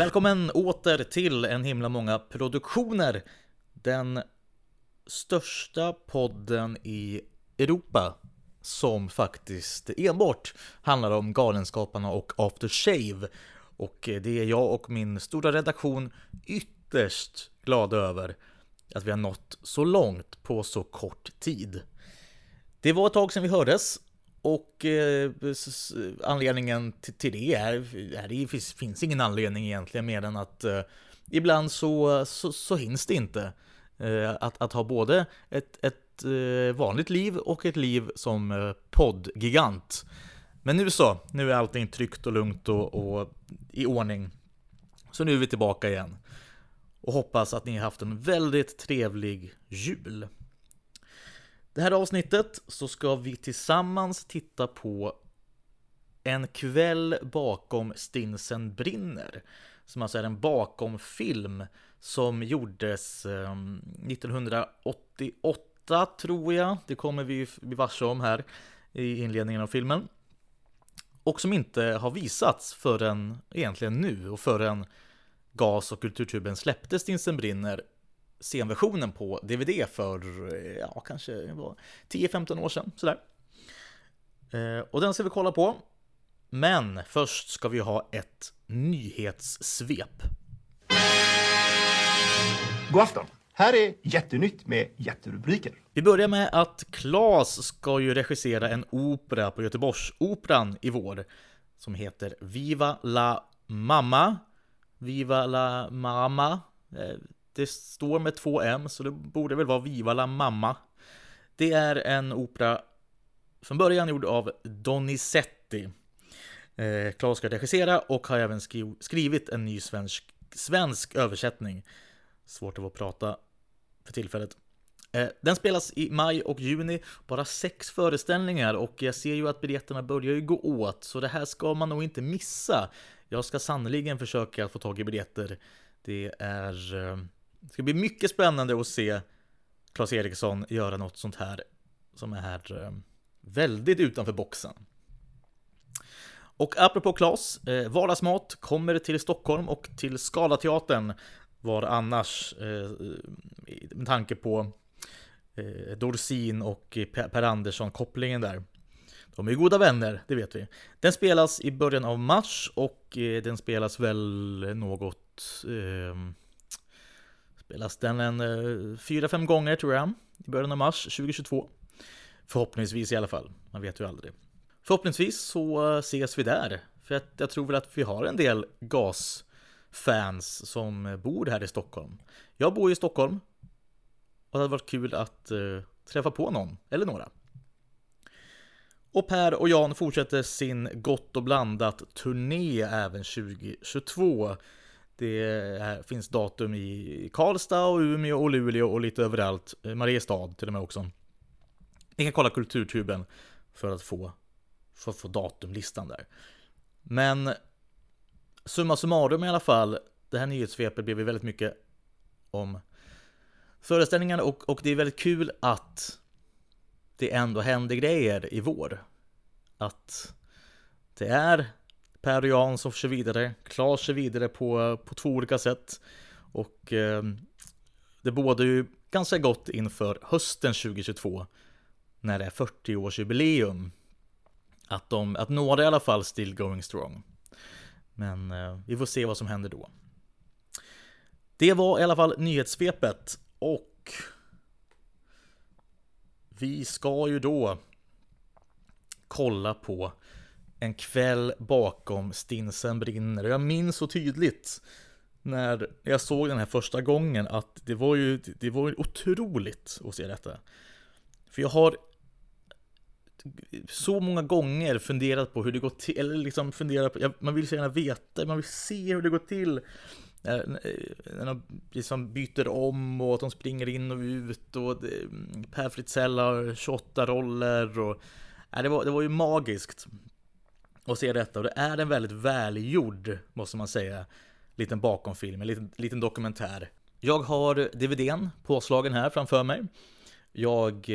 Välkommen åter till En himla många produktioner. Den största podden i Europa som faktiskt enbart handlar om Galenskaparna och After Shave. Och det är jag och min stora redaktion ytterst glada över att vi har nått så långt på så kort tid. Det var ett tag sedan vi hördes. Och anledningen till det är det finns ingen anledning egentligen mer än att ibland så hinns det inte att ha både ett vanligt liv och ett liv som poddgigant. Men nu är allting tryggt och lugnt och i ordning. Så nu är vi tillbaka igen och hoppas att ni har haft en väldigt trevlig jul. Det här avsnittet så ska vi tillsammans titta på En kväll bakom Stinsen brinner, som alltså är en bakomfilm som gjordes 1988 tror jag. Det kommer vi varse om här i inledningen av filmen. Och som inte har visats förrän egentligen nu och förrän Gas- och kulturtuben släppte Stinsen brinner scenversionen på DVD för kanske 10-15 år sedan sådär. Och den ska vi kolla på. Men först ska vi ha ett nyhetssvep. God afton. Här är jättenytt med jätterubriker. Vi börjar med att Claes ska ju regissera en opera på Göteborgsoperan i vår som heter Viva la Mamma. Viva la Mamma. Det står med 2 M, så det borde väl vara Viva la Mamma. Det är en opera från början gjord av Donizetti. Claes ska regissera och har även skrivit en ny svensk översättning. Svårt att få prata för tillfället. Den spelas i maj och juni. Bara 6 föreställningar och jag ser ju att biljetterna börjar ju gå åt. Så det här ska man nog inte missa. Jag ska sannoliken försöka få tag i biljetter. Det ska bli mycket spännande att se Claes Eriksson göra något sånt här som är väldigt utanför boxen. Och apropå Claes, vardagsmat kommer till Stockholm och till Scalateatern var annars med tanke på Dorsin och Per Andersson kopplingen där. De är ju goda vänner, det vet vi. Den spelas i början av mars och den spelas väl spelas den 4-5 gånger tror jag i början av mars 2022. Förhoppningsvis i alla fall, man vet ju aldrig. Förhoppningsvis så ses vi där, för att jag tror väl att vi har en del gasfans som bor här i Stockholm. Jag bor i Stockholm och det hade varit kul att träffa på någon eller några. Och Per och Jan fortsätter sin gott och blandat turné även 2022. Det finns datum i Karlstad och Umeå och Luleå och lite överallt. Mariestad till och med också. Ni kan kolla kulturtuben för att få datumlistan där. Men summa summarum i alla fall, det här nyhetssvepet blev väldigt mycket om föreställningarna och det är väldigt kul att det ändå händer grejer i vår. Att det är Per och Jan som kör vidare, Claes kör vidare på 2 olika sätt. Och det båda ju ganska gott inför hösten 2022 när det är 40-årsjubileum. Att några i alla fall still going strong. Men vi får se vad som händer då. Det var i alla fall nyhetssvepet och vi ska ju då kolla på En kväll bakom Stinsen brinner. Jag minns så tydligt när jag såg den här första gången att det var ju otroligt att se detta. För jag har så många gånger funderat på hur det går till, eller liksom funderat på, man vill så gärna veta, man vill se hur det går till när de liksom byter om och att de springer in och ut och Per Fritzell har 28 roller och det var ju magiskt att se detta och det är en väldigt välgjord, måste man säga, liten bakomfilm, en liten dokumentär. Jag har DVD:n påslagen här framför mig. Jag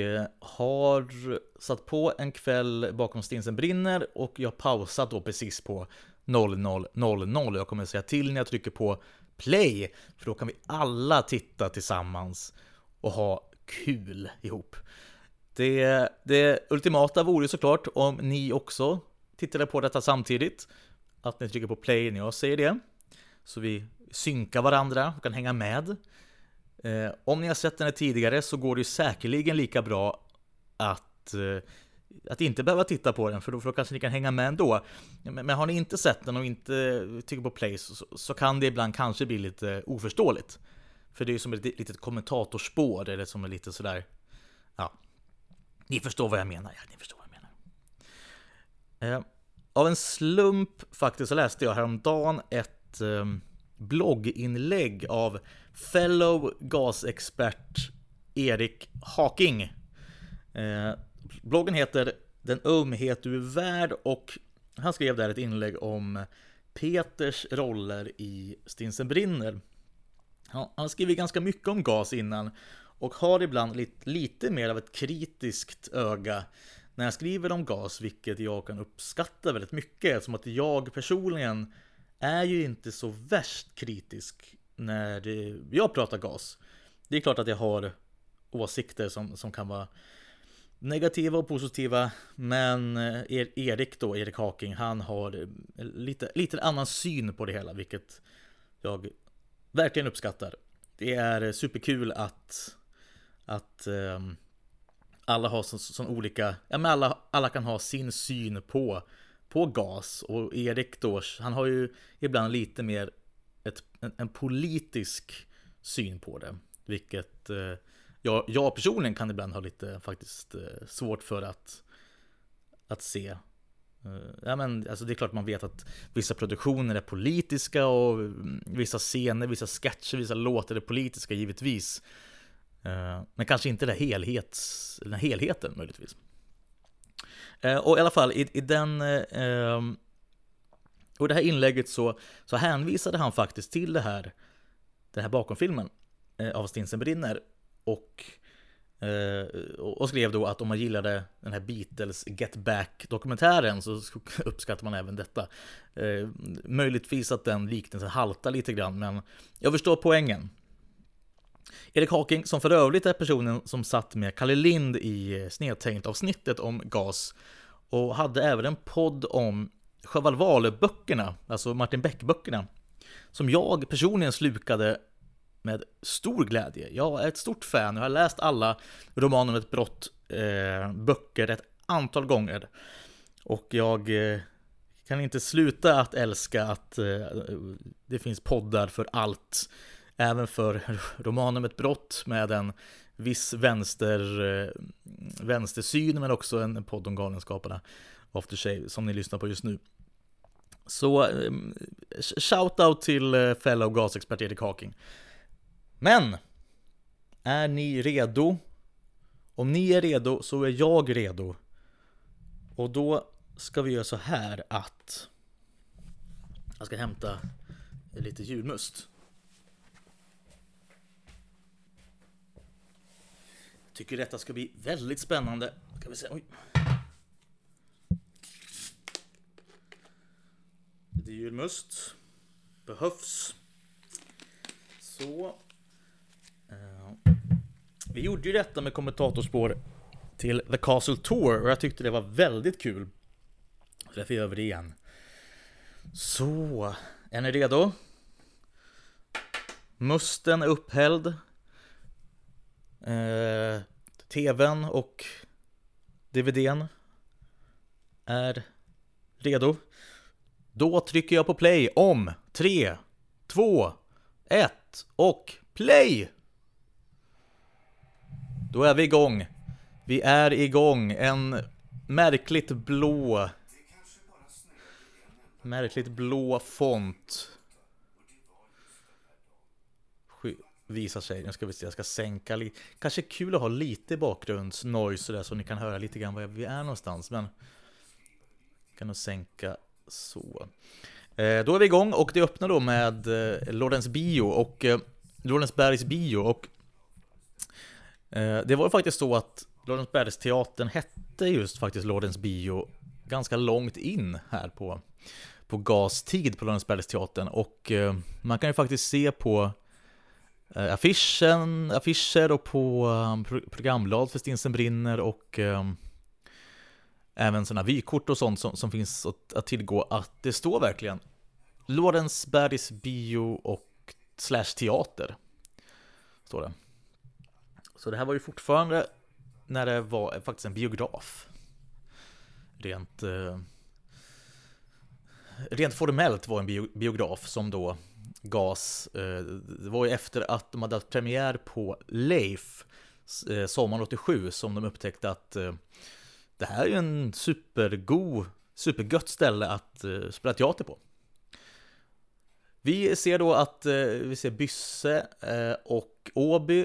har satt på En kväll bakom Stinsen brinner och jag pausat då precis på 00:00. Jag kommer att säga till när jag trycker på play, för då kan vi alla titta tillsammans och ha kul ihop. Det ultimata vore såklart om ni också tittade på detta samtidigt, att ni trycker på play när jag säger det, så vi synkar varandra och kan hänga med. Om ni har sett den här tidigare så går det ju säkerligen lika bra att inte behöva titta på den, för då kanske ni kan hänga med ändå. Men har ni inte sett den och inte tycker på play, så kan det ibland kanske bli lite oförståeligt. För det är ju som ett litet kommentatorspår, eller som är lite sådär, ja, ni förstår vad jag menar. Av en slump faktiskt så läste jag häromdagen ett blogginlägg av fellow gasexpert Erik Hawking. Bloggen heter Den ömhet du är värd, och han skrev där ett inlägg om Peters roller i Stinsen brinner. Ja, han skriver ganska mycket om gas innan och har ibland lite mer av ett kritiskt öga när jag skriver om gas, vilket jag kan uppskatta väldigt mycket, som att jag personligen är ju inte så värst kritisk när jag pratar gas. Det är klart att jag har åsikter som kan vara negativa och positiva, men Erik Hawking, han har lite annan syn på det hela, vilket jag verkligen uppskattar. Det är superkul att alla har sån olika, ja, men alla kan ha sin syn på gas, och Erik då, han har ju ibland lite mer en politisk syn på det, vilket jag personligen kan ibland ha lite faktiskt svårt för att se. Ja, men alltså det är klart man vet att vissa produktioner är politiska, och vissa scener, vissa sketcher, vissa låtar är politiska givetvis. Men kanske inte den helheten möjligtvis. Och i alla fall i det här inlägget så hänvisade han faktiskt till den här bakomfilmen av Stinsen brinner, och skrev då att om man gillade den här Beatles Get Back-dokumentären så uppskattar man även detta. Möjligtvis att den liknelsen haltar lite grann, men jag förstår poängen. Erik Hawking, som för övrigt är personen som satt med Kalle Lind i Snedtänkt-avsnittet om gas, och hade även en podd om Sjöwall Wahlöö-böckerna, alltså Martin Beck-böckerna, som jag personligen slukade med stor glädje. Jag är ett stort fan, jag har läst alla romaner om ett brott böcker ett antal gånger, och jag kan inte sluta att älska att det finns poddar för allt, även för romaner om ett brott med en viss vänstersyn, men också en podd om Galenskaparna After Shave som ni lyssnar på just nu. Så shout out till fellow gasexpert Erik Hawking. Men är ni redo? Om ni är redo så är jag redo. Och då ska vi göra så här att jag ska hämta lite julmust. Jag tycker detta ska bli väldigt spännande. Ska vi se. Oj. Lite julmust behövs. Så vi gjorde ju detta med kommentatorspår till The Castle Tour, och jag tyckte det var väldigt kul. Därför gör vi det igen. Så, är ni redo? Musten är upphälld. TVn och DVDn är redo. Då trycker jag på play om 3, 2, 1 och play! Då är vi igång. Vi är igång. En märkligt blå font visar sig. Nu ska vi se, jag ska sänka lite. Kanske kul att ha lite bakgrundsnoise där, så ni kan höra lite grann var vi är någonstans, men kan nog sänka så. Då är vi igång, och det öppnar då med Lorentz Bio och Lorensbergs bio, och det var faktiskt så att Lorensbergsteatern hette just faktiskt Lorentz Bio ganska långt in här på på GAS-tid på Lorensbergsteatern, och man kan ju faktiskt se på affischer och på programblad för Stinsen brinner, och även sådana vykort och sånt som finns att tillgå, att det står verkligen Lorensbergs bio och /teater står det. Så det här var ju fortfarande när det var faktiskt en biograf. Rent formellt var en biograf som då GAS. Det var ju efter att de hade haft premiär på Leif sommaren 87 som de upptäckte att det här är ju en supergött ställe att spela teater på. Vi ser då att vi ser Bysse och Åby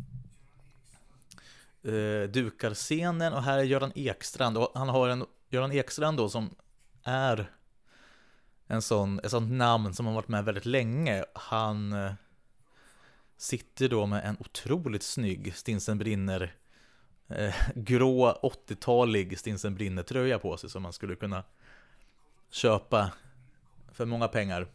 dukar scenen, och här är Göran Ekstrand, och han har Göran Ekstrand då som är ett sånt namn som har varit med väldigt länge. Han sitter då med en otroligt snygg Stinsen brinner grå 80-talig Stinsen brinner tröja på sig som man skulle kunna köpa för många pengar.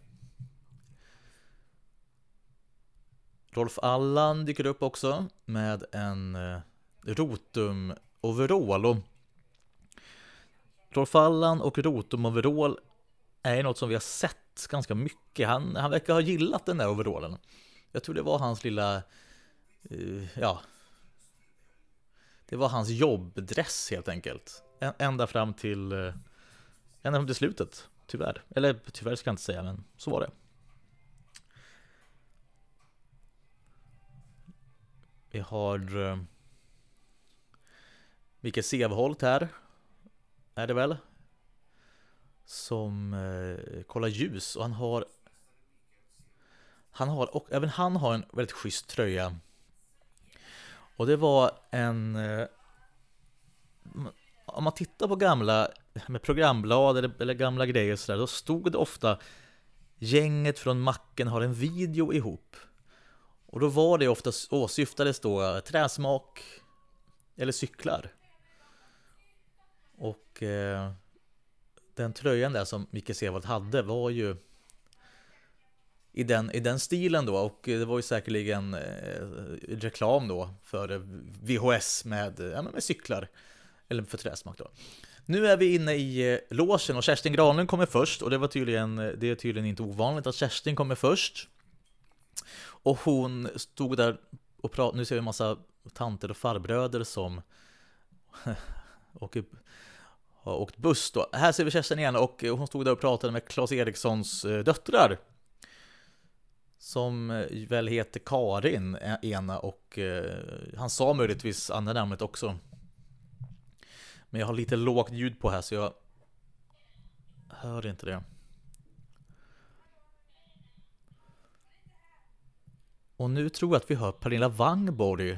Rolf Allan dyker upp också med en Rotum overall, och Rolf Allan och Rotum overall är något som vi har sett ganska mycket. Han verkar ha gillat den där overallen. Jag tror det var hans lilla det var hans jobbdress helt enkelt. Ända fram till slutet, tyvärr. Eller tyvärr ska jag inte säga, men så var det. Vi har Mikael Sevholt här, är det väl, som kollar ljus, och även han har en väldigt schysst tröja. Och det var om man tittar på gamla med programblad eller gamla grejer så där, då stod det ofta gänget från Macken har en video ihop. Och då var det ofta åsyftades då träsmak eller cyklar. Och den tröjan där som Micke Sevald hade var ju i den stilen då, och det var ju säkerligen reklam då för VHS med cyklar eller för träsmak då. Nu är vi inne i logen och Kerstin Granlund kommer först, och det är tydligen inte ovanligt att Kerstin kommer först. Och hon stod där och pratade. Nu ser vi en massa tanter och farbröder som har åkt buss då. Här ser vi Kerstin igen, och hon stod där och pratade med Claes Erikssons döttrar, som väl heter Karin ena, och han sa möjligtvis andra namnet också. Men jag har lite lågt ljud på här så jag hör inte det. Och nu tror jag att vi hör Pernilla Wangborg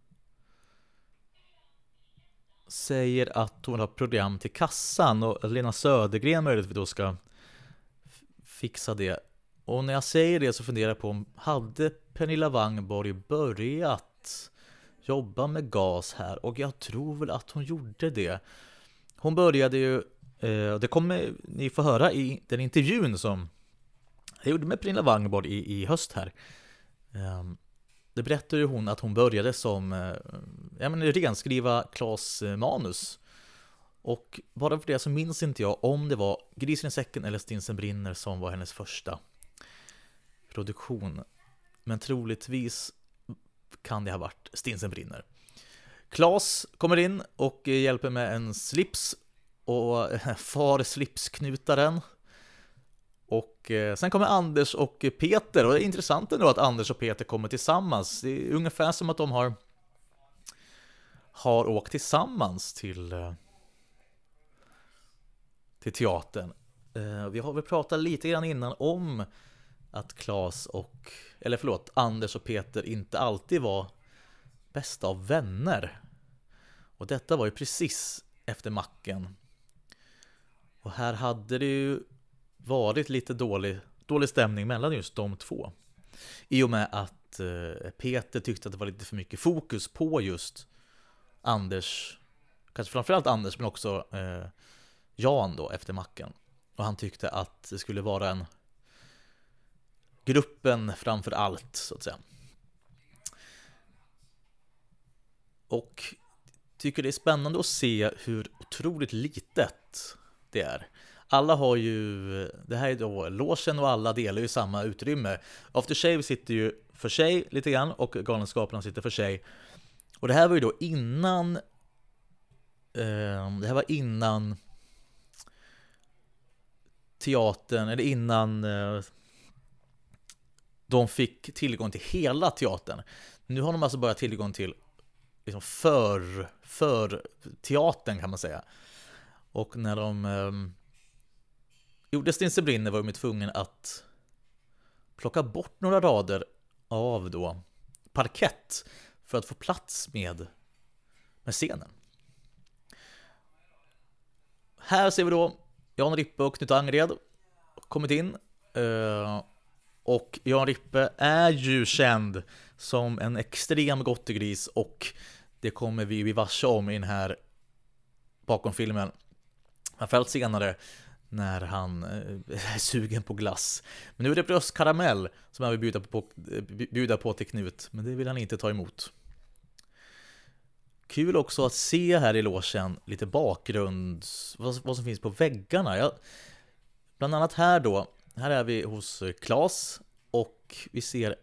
säger att hon har program till kassan, och Lena Södergren möjligtvis då ska fixa det. Och när jag säger det så funderar jag på om hade Pernilla Wangborg börjat jobba med GAS här, och jag tror väl att hon gjorde det. Hon började ju, det kommer ni få höra i den intervjun som jag gjorde med Pernilla Wangborg i höst här. Det berättar ju hon att hon började som renskriva Claes manus. Och bara för det så minns inte jag om det var Grisen i säcken eller Stinsen brinner som var hennes första produktion. Men troligtvis kan det ha varit Stinsen brinner. Claes kommer in och hjälper med en slips och far slipsknutaren. Och sen kommer Anders och Peter, och det är intressant ändå att Anders och Peter kommer tillsammans. Det är ungefär som att de har åkt tillsammans till teatern. Vi har väl pratat lite grann innan om att Anders och Peter inte alltid var bästa av vänner. Och detta var ju precis efter Macken. Och här hade det ju varit lite dålig stämning mellan just de två. I och med att Peter tyckte att det var lite för mycket fokus på just Anders. Kanske framförallt Anders, men också Jan då efter Macken. Och han tyckte att det skulle vara en gruppen framför allt, så att säga. Och tycker det är spännande att se hur otroligt litet det är. Alla har ju, det här är då logen och alla delar ju samma utrymme. After Shave sitter ju för sig lite grann och Galenskaparna sitter för sig. Och det här var ju då innan teatern, eller innan de fick tillgång till hela teatern. Nu har de alltså bara tillgång till liksom för teatern, kan man säga. Och när de gjorde Stinsen brinner var de tvungna att plocka bort några rader av då parkett för att få plats med scenen. Här ser vi då Jan Rippe och Knut Angred kommit in. Och Jan Rippe är ju känd som en extrem gottegris, och det kommer vi ju varse om i den här bakom filmen. Framförallt senare när han är sugen på glass. Men nu är det bröstkaramell som han vill bjuda på till Knut, men det vill han inte ta emot. Kul också att se här i logen lite bakgrund, vad som finns på väggarna. Bland annat här är vi hos Claes, och vi ser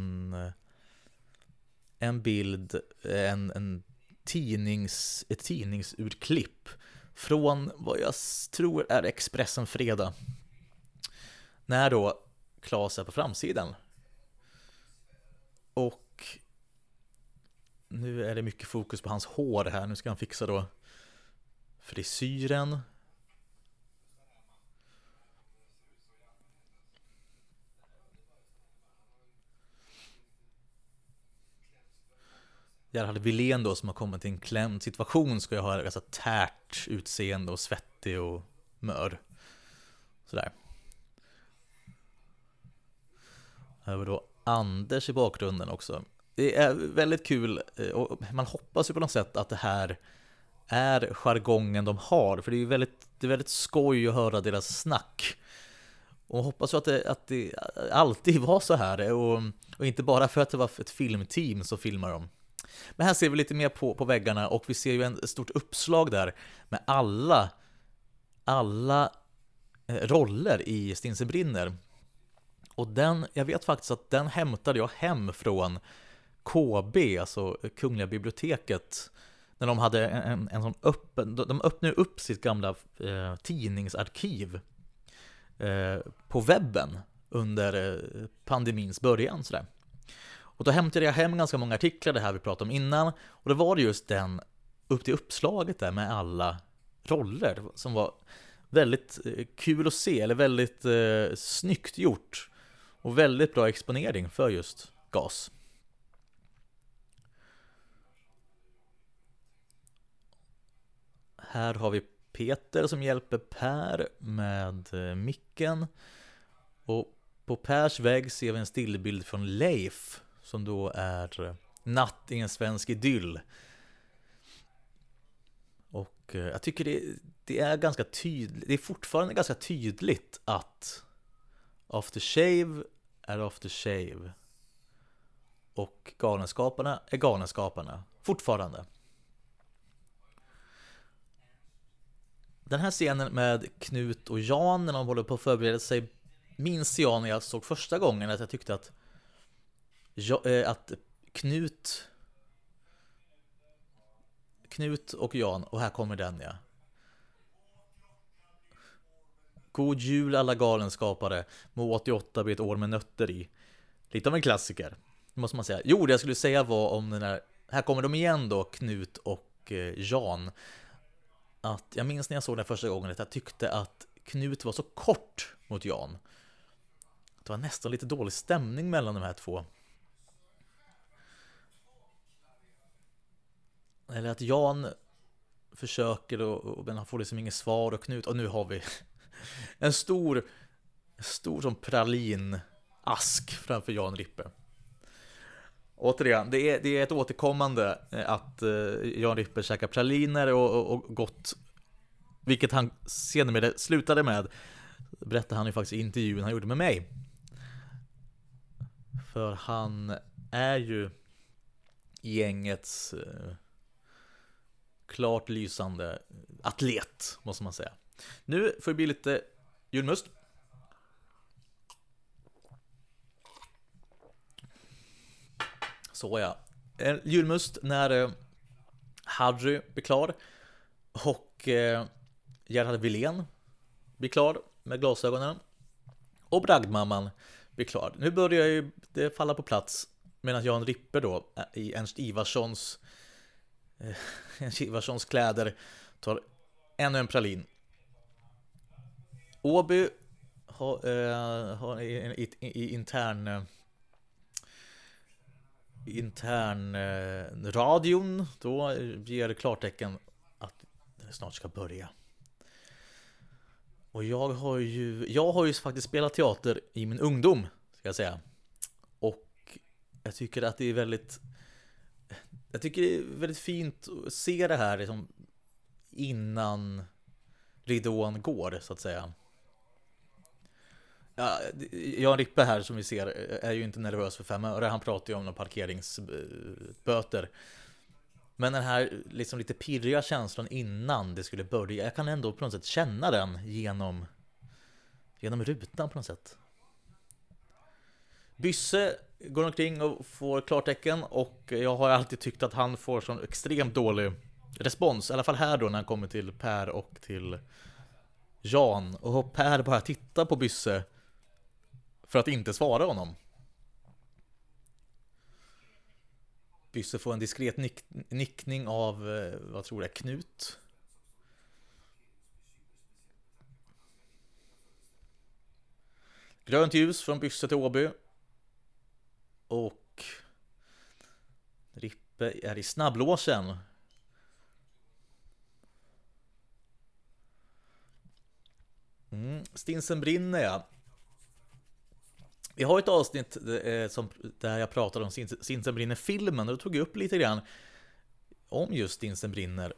en bild, ett tidningsurklipp från vad jag tror är Expressen Fredag, när då Claes är på framsidan. Och nu är det mycket fokus på hans hår här. Nu ska han fixa då frisyren. Gerhard Wilén då, som har kommit till en klämd situation, ska ju ha ganska tärt utseende och svettig och mör. Sådär. Här var då Anders i bakgrunden också. Det är väldigt kul, och man hoppas ju på något sätt att det här är jargongen de har, för det är väldigt skoj att höra deras snack. Och hoppas ju att det alltid var så här, och inte bara för att det var ett filmteam som filmar dem. Men här ser vi lite mer på väggarna, och vi ser ju ett stort uppslag där med alla roller i Stinsen brinner. Och jag vet faktiskt att den hämtade jag hem från KB, alltså Kungliga biblioteket, när de hade en sån de öppnade upp sitt gamla tidningsarkiv på webben under pandemins början sådär. Och då hämtade jag hem ganska många artiklar, det här vi pratade om innan, och då var det just upp till uppslaget där med alla roller som var väldigt kul att se, eller väldigt snyggt gjort, och väldigt bra exponering för just gas. Här har vi Peter som hjälper Per med micken, och på Pers vägg ser vi en stillbild från Leif som då är natt i en svensk idyll. Och jag tycker det är ganska tydligt, det är fortfarande ganska tydligt att After Shave är After Shave och Galenskaparna är Galenskaparna fortfarande. Den här scenen med Knut och Jan när de håller på att förbereda sig, minns jag när jag såg första gången att jag tyckte att Knut och Jan, och här kommer den, ja. God jul alla galenskapare, må 88 bli ett år med nötter i. Lite av en klassiker, måste man säga. Jo, det jag skulle säga var om den här kommer de igen då, Knut och Jan. Att jag minns när jag såg den första gången att jag tyckte att Knut var så kort mot Jan. Det var nästan lite dålig stämning mellan de här två. Eller att Jan försöker men han får liksom inget svar, och Knut, och nu har vi en stor som pralinask framför Jan Rippe. Återigen, det är ett återkommande att Jan Rippe käkar praliner och gott, vilket han senare slutade med berättade han ju faktiskt i intervjun han gjorde med mig. För han är ju gängets klart lysande atlet, måste man säga. Nu får det bli lite julmust. Så ja. Julmust när Harry blir klar och Gerhard Wilén blir klar med glasögonen och bragdmamman blir klar. Nu börjar ju det falla på plats medan Jan Rippe då i Ernst Ivarssons kläder tar ännu en pralin. Åby har i intern radion då ger klartecken att det snart ska börja. Och jag har ju faktiskt spelat teater i min ungdom, ska jag säga. Och jag tycker att det är väldigt fint att se det här liksom innan ridån går, så att säga. Ja, Jan Rippe här som vi ser är ju inte nervös för 5 öre. Han pratar ju om några parkeringsböter. Men den här liksom lite pirriga känslan innan det skulle börja, jag kan ändå på något sätt känna den genom rutan på något sätt. Bysse går omkring och får klartecken och jag har alltid tyckt att han får sån extremt dålig respons. I alla fall här då när han kommer till Per och till Jan. Och Per bara tittar på Bysse för att inte svara honom. Bysse får en diskret nickning av, vad tror jag, Knut. Grönt ljus från Bysse till Åby. Och Rippe är i snabblåsen. Stinsen brinner, ja. Vi har ett avsnitt där jag pratade om Stinsen brinner-filmen och då tog jag upp lite grann om just Stinsen brinner.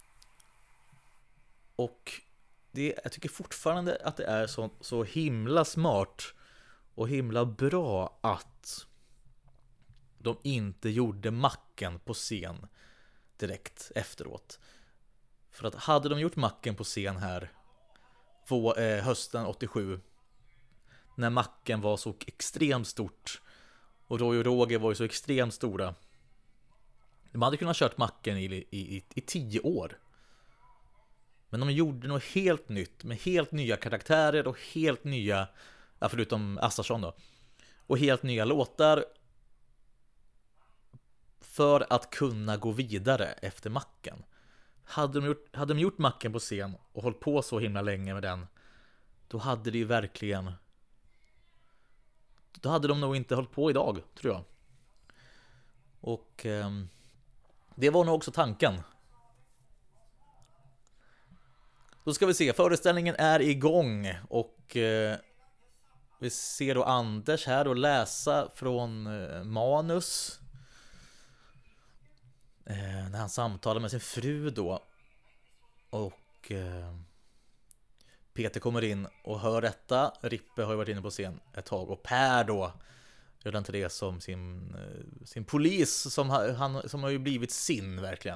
Och jag tycker fortfarande att det är så himla smart och himla bra att de inte gjorde macken på scen direkt efteråt. För att hade de gjort macken på scen här hösten 87, när macken var så extremt stort och Roy och Roger var ju så extremt stora, de hade kunnat kört macken i 10 år. Men de gjorde något helt nytt med helt nya karaktärer och helt nya, förutom Assarsson då, och helt nya låtar för att kunna gå vidare efter macken. Hade de gjort macken på scen och hållit på så himla länge med den, då hade det ju verkligen, då hade de nog inte hållit på idag, tror jag. Och det var nog också tanken. Då ska vi se, föreställningen är igång och vi ser då Anders här och läsa från manus när han samtalar med sin fru då. Och Peter kommer in och hör detta. Rippe har ju varit inne på scen ett tag och Per då gör inte det som sin polis som har ju blivit sin verkligen.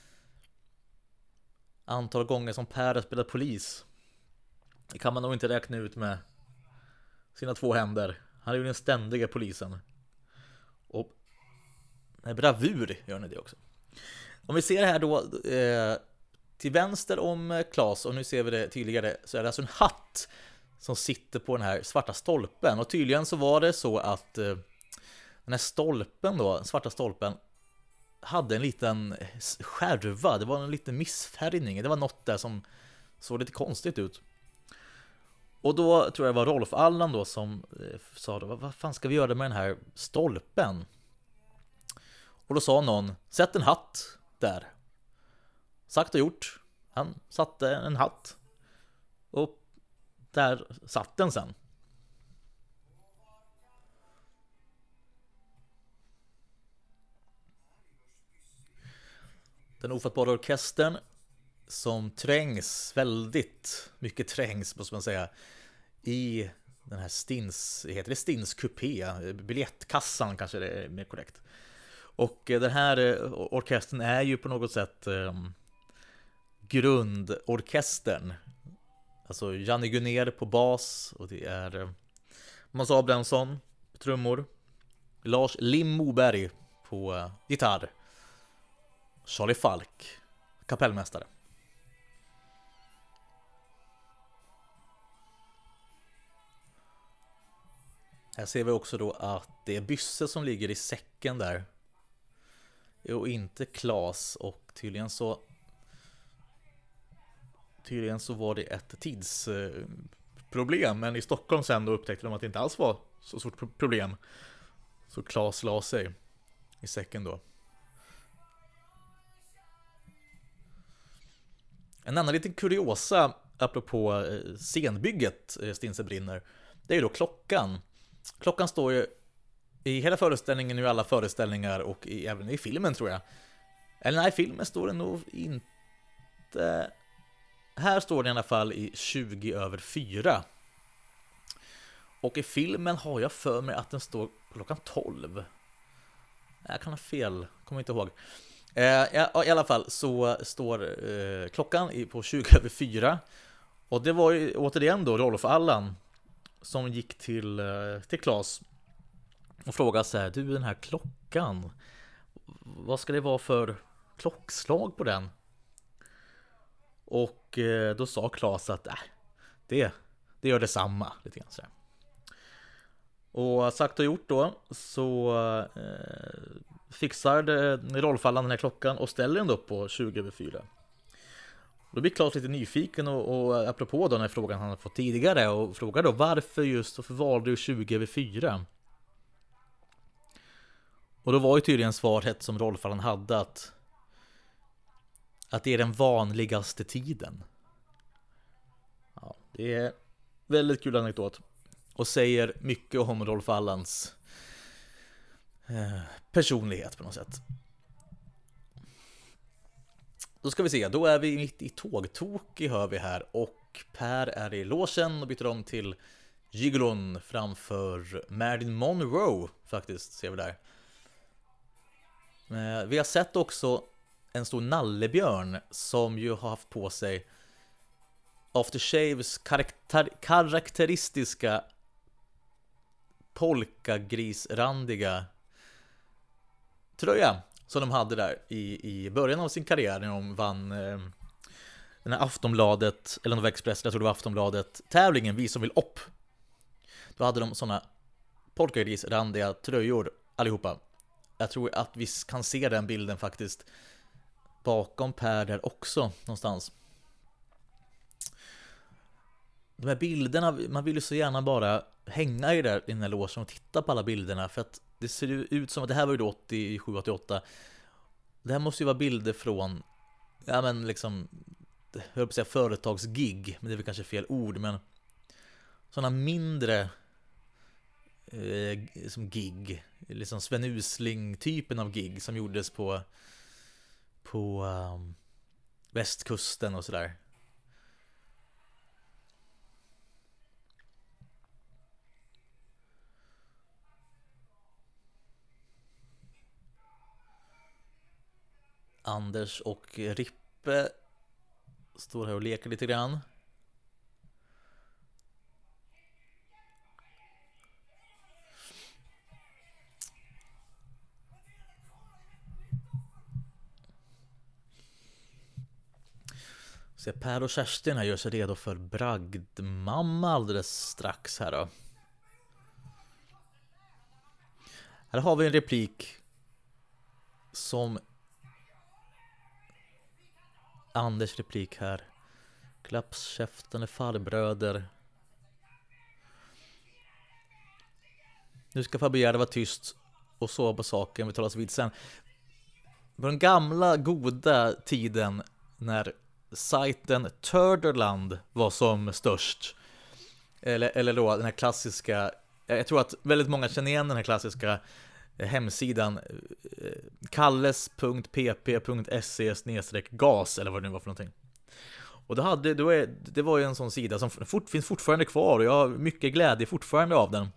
Antal gånger som Per har spelat polis, det kan man nog inte räkna ut med sina 2 händer. Han är ju den ständiga polisen. Och med bravur gör ni det också. Om vi ser här då till vänster om Claes, och nu ser vi det tydligare, så är det alltså en hatt som sitter på den här svarta stolpen. Och tydligen så var det så att den här stolpen då, svarta stolpen, hade en liten skärva. Det var en liten missfärgning. Det var något där som såg lite konstigt ut. Och då tror jag det var Rolf Allan då som sa då, vad fan ska vi göra med den här stolpen? Och då sa någon, sätt en hatt där. Sagt och gjort. Han satte en hatt. Och där satt den sen. Den ofattbara orkestern som väldigt mycket trängs måste man säga, i den här heter det Stins kupé, biljettkassan kanske det är mer korrekt. Och den här orkestern är ju på något sätt grundorkestern. Alltså Janne Gunner på bas, och det är Måns Abrahamsson på trummor, Lars Lim Moberg på gitarr, Charlie Falk kapellmästare. Här ser vi också då att det är Bysse som ligger i säcken där, och inte Klas, och tydligen så var det ett tidsproblem, men i Stockholm sen då upptäckte de att det inte alls var så stort problem, så Klas la sig i säcken då. En annan liten kuriosa apropå scenbygget Stinsen brinner, det är ju då klockan. Klockan står ju i hela föreställningen, i alla föreställningar, och även i filmen tror jag. Eller nej, i filmen står det nog inte. Här står det i alla fall i 4:20. Och i filmen har jag för mig att den står klockan 12. Jag kan ha fel, kommer inte ihåg. I alla fall så står klockan på 4:20. Och det var ju återigen då Rolf Allan som gick till Klas och frågade så här: du, den här klockan, vad ska det vara för klockslag på den? Och då sa Klas att det gör detsamma lite grann så här. Och sagt och gjort då, så fixar Rolf Allan den här klockan och ställer den då på 4:20. Då blir Klas lite nyfiken och apropå då den här frågan han har fått tidigare, och frågar då varför valde du 4:20? Och då var ju tydligen svaret som Rolf Allan hade att det är den vanligaste tiden. Ja, det är väldigt kul anekdot och säger mycket om Rolf Allans personlighet på något sätt. Då ska vi se, då är vi mitt i tågtok hör vi här, och Per är i logen och byter om till Gigolon framför Marilyn Monroe faktiskt, ser vi där. Vi har sett också en stor nallebjörn som ju har haft på sig After Shaves karaktäristiska polkagrisrandiga tröja som de hade där i början av sin karriär när de vann den här Aftonbladet, eller Nova Express, jag tror det var Aftonbladet tävlingen Vi som vill upp. Då hade de såna polkagrisrandiga tröjor allihopa. Jag tror att vi kan se den bilden faktiskt bakom Per där också någonstans. De här bilderna, man vill ju så gärna bara hänga i den här låsen och titta på alla bilderna, för att det ser ut som att det här var ju 87-88. Det här måste ju vara bilder från, ja men liksom, jag höll på att säga företagsgig, men det är väl kanske fel ord, men sådana mindre som gig, liksom Sven Usling-typen av gig som gjordes på västkusten och sådär. Anders och Rippe står här och leker lite grann. Så Per och Kerstin här gör sig redo för bragdmamma alldeles strax här då. Här har vi en replik som Anders replik här. Klappskäftande farbröder. Nu ska Fabienne vara tyst och sova på saken. Vi talas vid sen. På den gamla goda tiden när sajten Turderland var som störst. Eller då den här klassiska, jag tror att väldigt många känner igen den här klassiska hemsidan kalles.pp.se/gas eller vad det nu var för någonting. Och det var ju en sån sida som finns fortfarande kvar, och jag har mycket glädje fortfarande av den.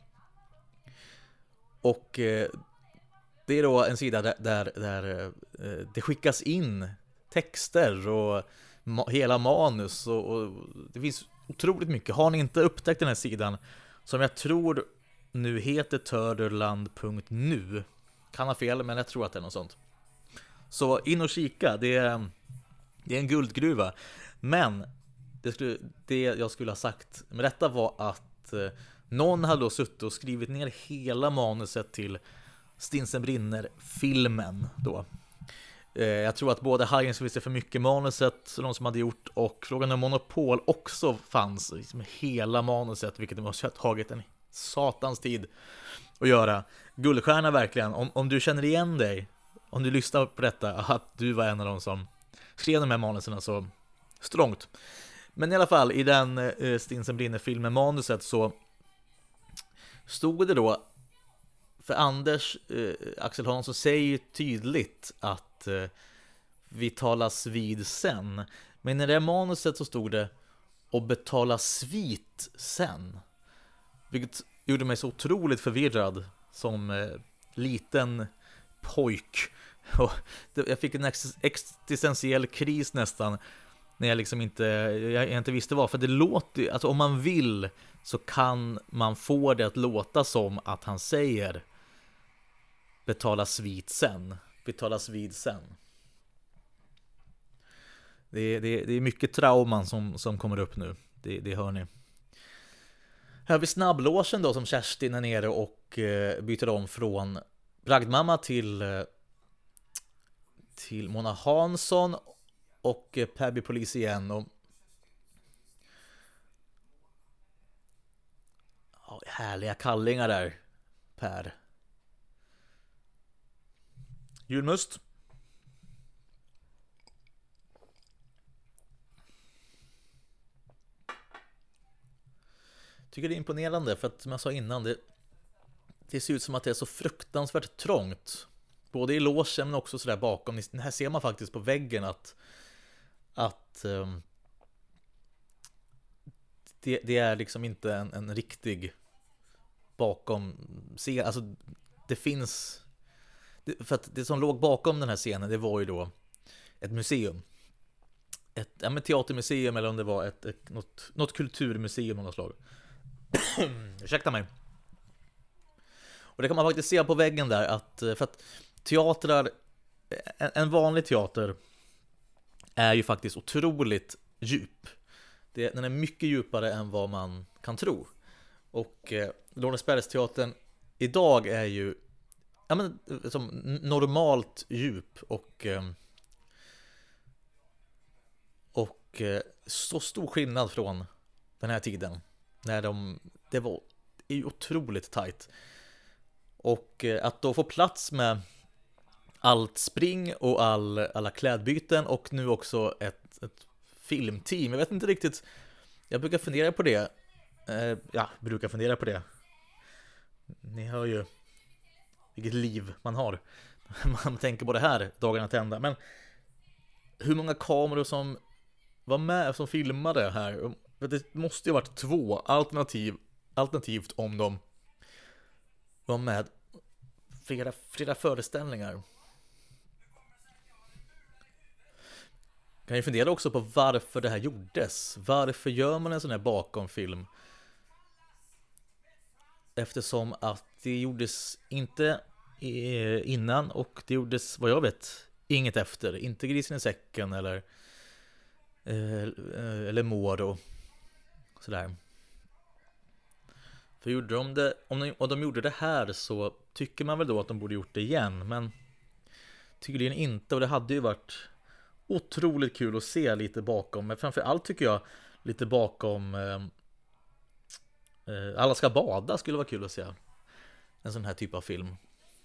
Och det är då en sida där det skickas in texter och hela manus, och det finns otroligt mycket. Har ni inte upptäckt den här sidan, som jag tror nu heter Turderland.nu, kan ha fel, men jag tror att det är något sånt. Så in och kika, det är en guldgruva. Men det jag skulle ha sagt med detta var att någon hade då suttit och skrivit ner hela manuset till Stinsen brinner-filmen då. Jag tror att både Hajen som visste för mycket manuset, de som hade gjort, och Frågan om Monopol också fanns liksom hela manuset, vilket det måste ha tagit en satans tid att göra. Guldstjärna verkligen, om du känner igen dig, om du lyssnar på detta, att du var en av de som skrev de här manuserna, så strångt. Men i alla fall, i den Stinsen brinner-filmen manuset så stod det då, för Anders Axel Hansson säger tydligt att vi talas vid sen. Men i det manuset så stod det och betala svit sen. Vilket gjorde mig så otroligt förvirrad som liten pojk. Och jag fick en existentiell kris nästan, när jag liksom jag inte visste vad. För det låter, alltså om man vill så kan man få det att låta som att han säger betalas vid sen. Betalas vid sen. Det är mycket trauman som kommer upp nu. Det hör ni. Här har vi snabblåsen då, som Kerstin är nere och byter om från bragdmamma till Mona Hansson och Päby polis igen. Och härliga kallingar där, Per. Julmust. Tycker det är imponerande, för att som jag sa innan, det ser ut som att det är så fruktansvärt trångt. Både i låsen men också sådär bakom. Här ser man faktiskt på väggen att det är liksom inte en riktig bakom scen. Alltså det finns... För att det som låg bakom den här scenen, det var ju då ett museum. Ett teatermuseum, eller om det var något kulturmuseum av något slag. Ursäkta mig. Och det kan man faktiskt se på väggen där, att för att teatrar, en vanlig teater är ju faktiskt otroligt djup. Den är mycket djupare än vad man kan tro. Och Lorensbergsteatern idag är ju som normalt djup och så stor skillnad från den här tiden när det är ju otroligt tajt. Och att då få plats med allt spring och alla klädbyten och nu också ett filmteam. Jag vet inte riktigt, jag brukar fundera på det. Ni hör ju vilket liv man har. Man tänker på det här dagarna till ända. Men hur många kameror som var med som filmade här? Det måste ju ha varit 2 alternativt om de var med flera föreställningar. Kan ju fundera också på varför det här gjordes. Varför gör man en sån här bakomfilm? Eftersom att det gjordes inte innan, och det gjordes, vad jag vet, inget efter. Inte Grisen i säcken eller Mår och sådär. För gjorde de det, om de gjorde det här, så tycker man väl då att de borde gjort det igen, men tydligen inte. Och det hade ju varit otroligt kul att se lite bakom, men framförallt tycker jag lite bakom Alla ska bada skulle vara kul att se. En sån här typ av film.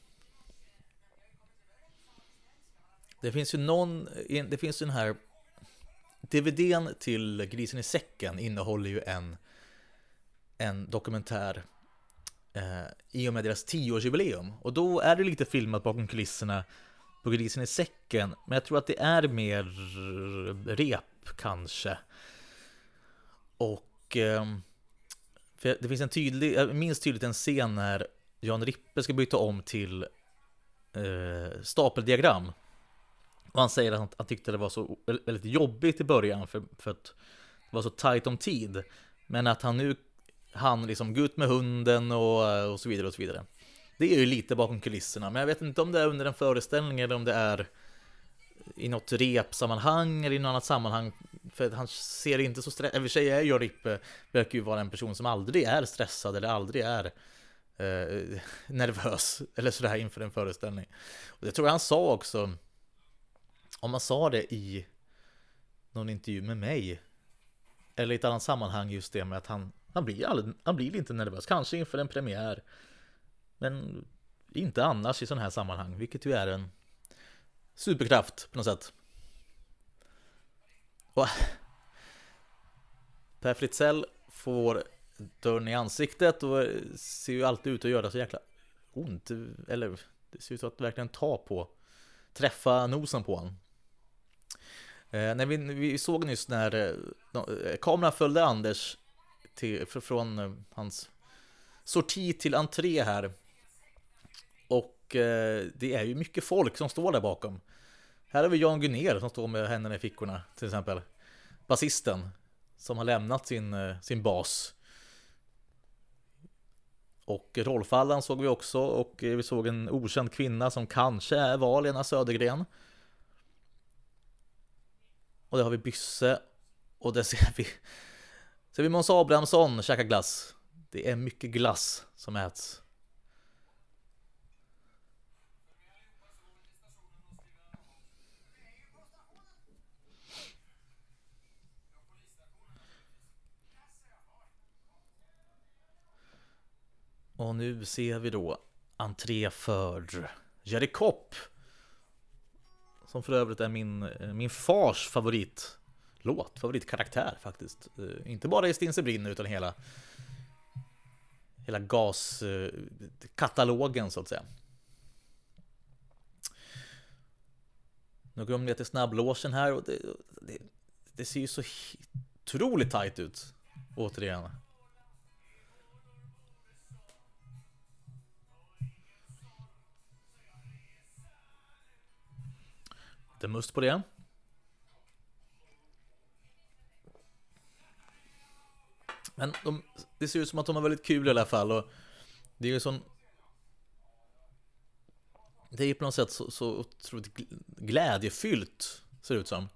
Det finns ju den här DVD:n till Grisen i säcken innehåller ju en dokumentär i och med deras 10-årsjubileum. Och då är det lite filmat bakom kulisserna på Grisen i säcken. Men jag tror att det är mer kanske. Och för det finns en tydlig, jag minns tydligt en scen när Jan Rippe ska byta om till stapeldiagram. Och han säger att han tyckte det var så väldigt jobbigt i början för att det var så tajt om tid. Men att han nu liksom gå ut med hunden och så vidare och så vidare. Det är ju lite bakom kulisserna, men jag vet inte om det är under en föreställning eller om det är i något repsammanhang eller i något annat sammanhang. För han ser inte så stressad. I och för sig är ju Rippe, verkar ju vara en person som aldrig är stressad eller aldrig är nervös eller sådär inför en föreställning. Och det tror jag han sa också, om man sa det i någon intervju med mig eller i ett annat sammanhang, just det med att han blir inte nervös, kanske inför en premiär, men inte annars i sådana här sammanhang, vilket ju är en superkraft på något sätt. Och Per Fritzell får dörren i ansiktet och ser ju alltid ut att göra så jäkla ont, eller det ser ut att verkligen träffa nosen på honom. När vi såg nyss när kameran följde Anders från hans sorti till entré här, och det är ju mycket folk som står där bakom. Här har vi Jan Gunér som står med händerna i fickorna, till exempel basisten som har lämnat sin bas. Och Rolf Allan såg vi också, och vi såg en okänd kvinna som kanske var Lena Södergren. Och där har vi Bysse, och där ser vi Måns Abrahamsson käka glass. Det är mycket glass som äts. Och nu ser vi då entré för Jerry Kopp, som för övrigt är min fars favoritkaraktär faktiskt. Inte bara i Stinsen brinner utan hela gaskatalogen så att säga. Nu går de ner till snabblåsen här, och det ser ju så otroligt tajt ut återigen. Det är must på det. Men det ser ut som att de har väldigt kul i alla fall, och det är ju sån, det är ju på något sätt så otroligt glädjefyllt, ser det ut som.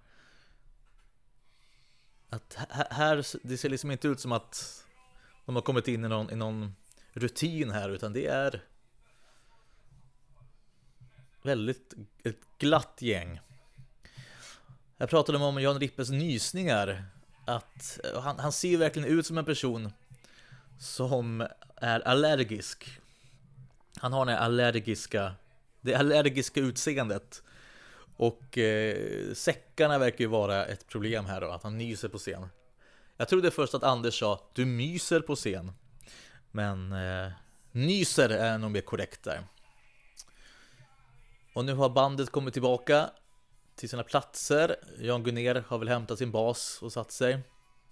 Att här, det ser liksom inte ut som att de har kommit in i någon rutin här, utan det är väldigt ett glatt gäng. Jag pratade om Jan Rippes nysningar, att han ser verkligen ut som en person som är allergisk. Han har det allergiska utseendet, och säckarna verkar ju vara ett problem här då, att han nyser på scen. Jag trodde först att Anders sa du myser på scen, men nyser är nog mer korrekt där. Och nu har bandet kommit tillbaka till sina platser. Jan Gunér har väl hämtat sin bas och satt sig.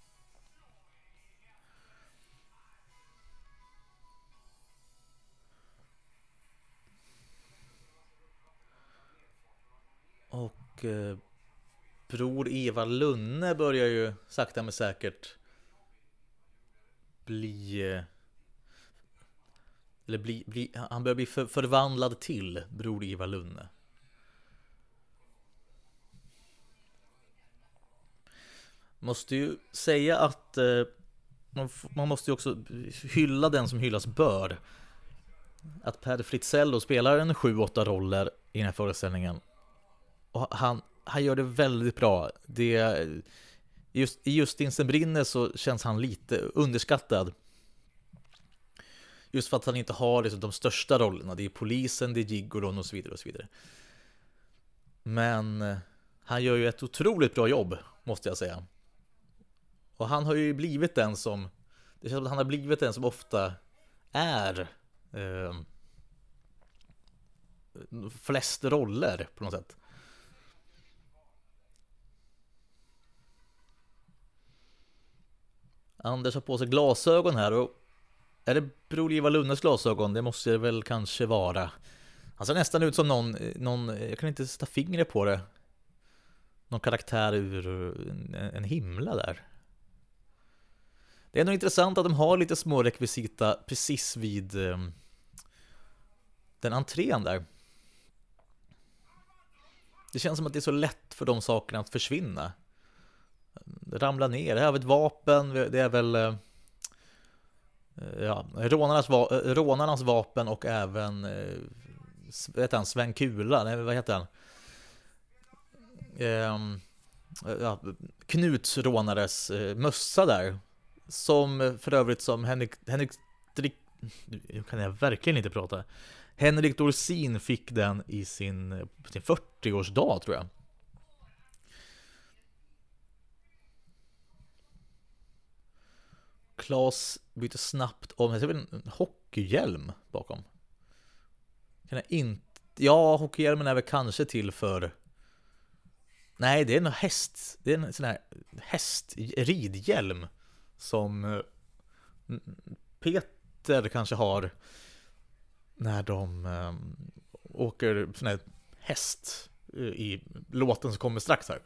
Och bror Eva Lunne börjar ju sakta men säkert han börjar bli förvandlad till bror Eva Lunne. Måste ju säga att man måste ju också hylla den som hyllas bör. Att Per Fritzell spelar en 7-8 roller i den här föreställningen. Och han gör det väldigt bra. I Stinsen brinner så känns han lite underskattad. Just för att han inte har liksom de största rollerna. Det är polisen, det är Gigoron och så vidare och så vidare. Men han gör ju ett otroligt bra jobb, måste jag säga. Och han har ju blivit den som, det känns som att han har blivit den som ofta är flest roller på något sätt. Anders har på sig glasögon här och är det Bror Ivar Lunnes glasögon? Det måste det väl kanske vara. Han ser nästan ut som någon jag kan inte sätta fingret på det. Någon karaktär ur en himla där. Det är ändå intressant att de har lite små rekvisita precis vid den entrén där. Det känns som att det är så lätt för de sakerna att försvinna. Det ramlar ner. Det här är ett vapen. Det är väl rånarnas vapen och även Sven Kula. Nej, vad heter han? Knuts rånares mössa där. Som för övrigt som Henrik nu kan jag verkligen inte prata. Henrik Dorsin fick den i sin 40-årsdag tror jag. Klas byter snabbt om. Det är väl en hockeyhjälm bakom. Kan jag inte... Ja, hockeyhjälmen är väl kanske till för... Nej, det är en häst. Det är en sån här ridhjälm som Peter kanske har när de åker sån här häst i låten som kommer strax här.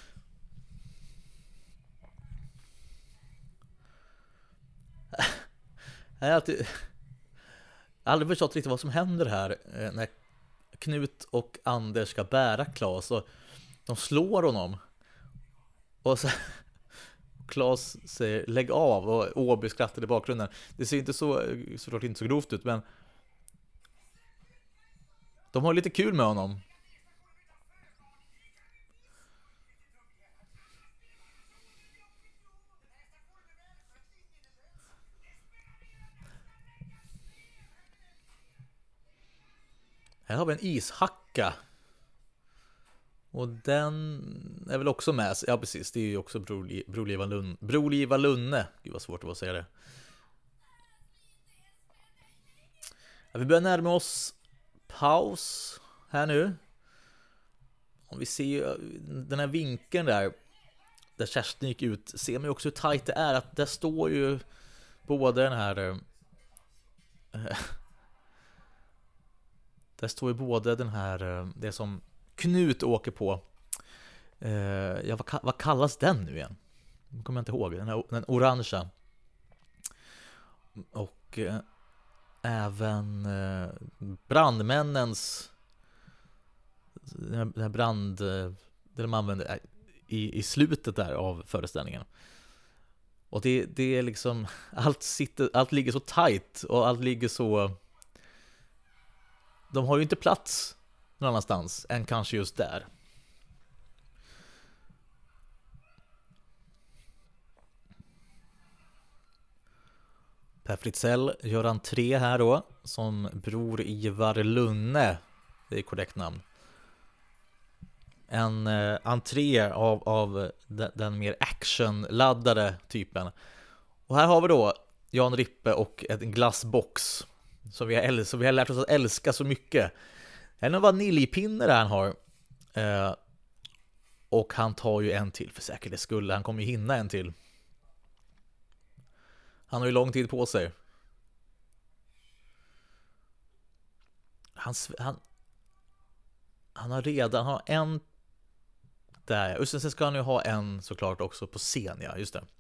Jag har aldrig förstått riktigt vad som händer här när Knut och Anders ska bära Klas och de slår honom och så Klas säger lägg av och Åby skrattar i bakgrunden. Det ser inte såklart inte så grovt ut, men de har lite kul med honom. Här har vi en ishacka. Och den är väl också med. Ja, precis. Det är ju också Bror Ivar Lunne. Gud vad svårt det var att säga det. Ja, vi börjar närma oss paus här nu. Om vi ser den här vinkeln där Kerstin gick ut, ser man ju också hur tajt det är. Att där står ju både den här... där står ju både den här... Det som Knut åker på. Ja, vad kallas den nu igen? Det kommer jag inte ihåg. Den orangea. Och även brandmännens den här det de använder i slutet där av föreställningen. Och det är liksom allt ligger så tight och allt ligger så, de har ju inte plats någon annanstans än kanske just där. Per Fritzell gör entré här då som Bror Ivar Lunne. Det är korrekt namn. En entré av den mer actionladdade typen. Och här har vi då Jan Rippe och en glassbox som vi har lärt oss att älska så mycket. En vaniljpinne där han har. Och han tar ju en till för säkerhets skull. Han kommer ju hinna en till. Han har ju lång tid på sig. Han har en där. Och sen ska han ju ha en såklart också på scen, ja, just det.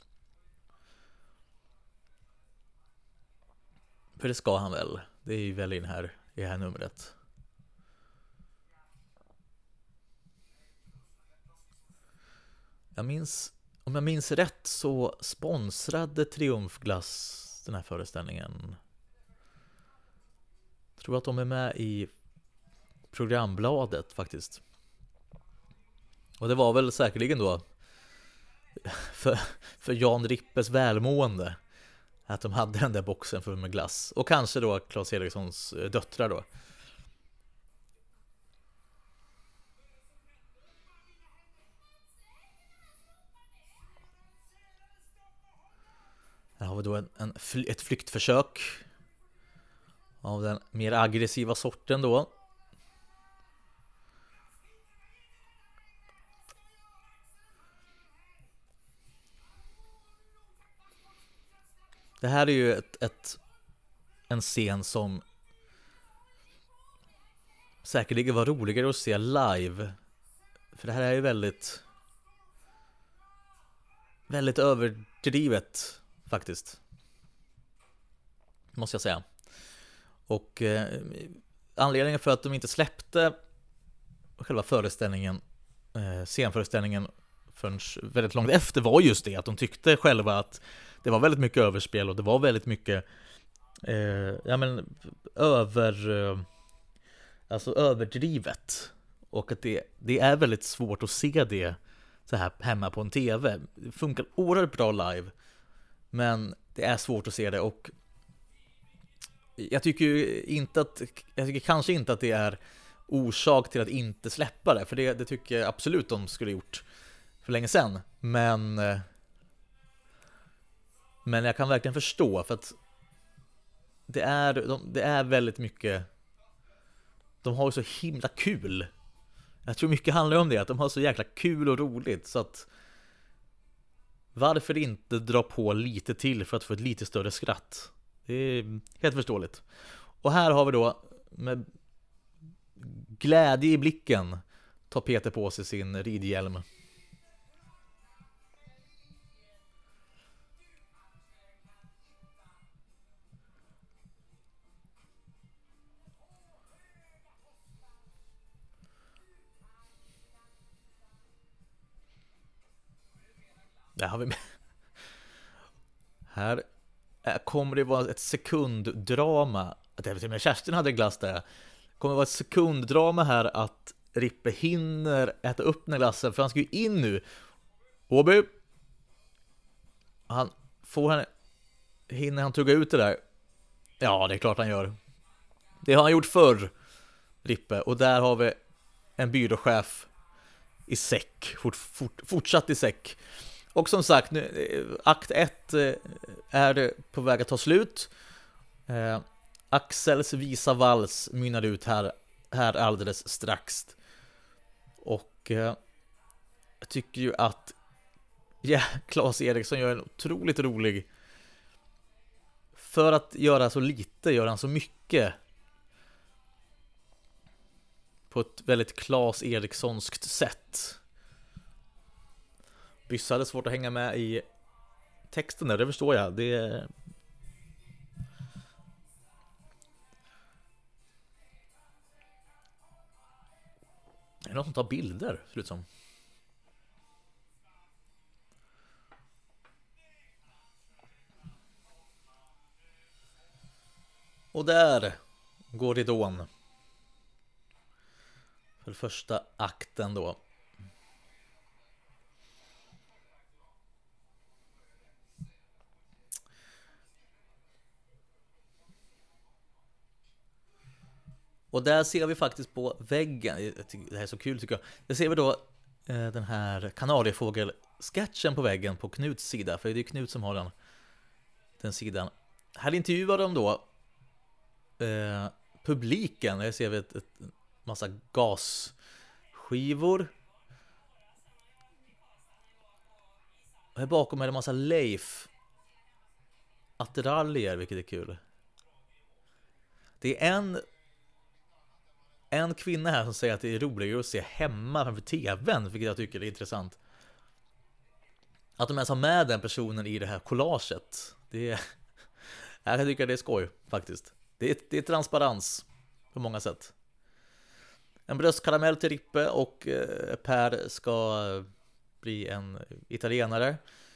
För det ska han väl. Det är ju väl i det här numret. Om jag minns rätt så sponsrade Triumfglass den här föreställningen. Jag tror att de är med i programbladet faktiskt. Och det var väl säkerligen då för Jan Rippes välmående att de hade den där boxen för med glass. Och kanske då Claes Erikssons döttrar då. Här har vi då ett flyktförsök av den mer aggressiva sorten då. Det här är ju en scen som säkerligen var roligare att se live. För det här är ju väldigt överdrivet faktiskt, måste jag säga. Och anledningen för att de inte släppte själva föreställningen, scenföreställningen, förrän väldigt långt efter var just det att de tyckte själva att det var väldigt mycket överspel och det var väldigt mycket överdrivet, och att det är väldigt svårt att se det så här hemma på en tv. Det funkar oerhört bra live, men det är svårt att se det, och jag tycker kanske inte att det är orsak till att inte släppa det, för det tycker jag absolut de skulle gjort för länge sedan, men jag kan verkligen förstå, för att det är väldigt mycket, de har ju så himla kul. Jag tror mycket handlar om det, att de har så jäkla kul och roligt, så att varför inte dra på lite till för att få ett lite större skratt? Det är helt förståeligt. Och här har vi då med glädje i blicken tar Peter på sig sin ridhjälm. Där har vi med. Här kommer det vara ett sekunddrama. Med Kerstin hade glass där. Det kommer vara ett sekunddrama här att Rippe hinner äta upp den glassen, för han ska ju in nu. Åby. Hinner han tugga ut det där? Ja, det är klart han gör. Det har han gjort förr, Rippe. Och där har vi en byråchef i säck. Fortsatt i säck. Och som sagt, nu, akt 1 är på väg att ta slut. Axels visa vals mynnar ut här alldeles strax. Och jag tycker ju att Claes Eriksson gör en otroligt rolig. För att göra så lite gör han så mycket. På ett väldigt Claes Erikssonskt sätt. Byssa hade svårt att hänga med i texten där, det förstår jag. Det är någon som tar bilder, ser ut som. Och där går ridån för första akten då. Och där ser vi faktiskt på väggen, det här är så kul tycker jag. Där ser vi då den här kanariefågel-sketchen på väggen på Knuts sida, för det är Knut som har den sidan. Här intervjuar de då publiken. Här ser vi ett massa gasskivor. Och här bakom är det en massa Leif attiraljer, vilket är kul. Det är en kvinna här som säger att det är roligare att se hemma framför tvn, vilket jag tycker är intressant. Att de ens har med den personen i det här collaget. Jag tycker det är skoj faktiskt. Det är transparens på många sätt. En bröstkaramell till Rippe, och Per ska bli en italienare.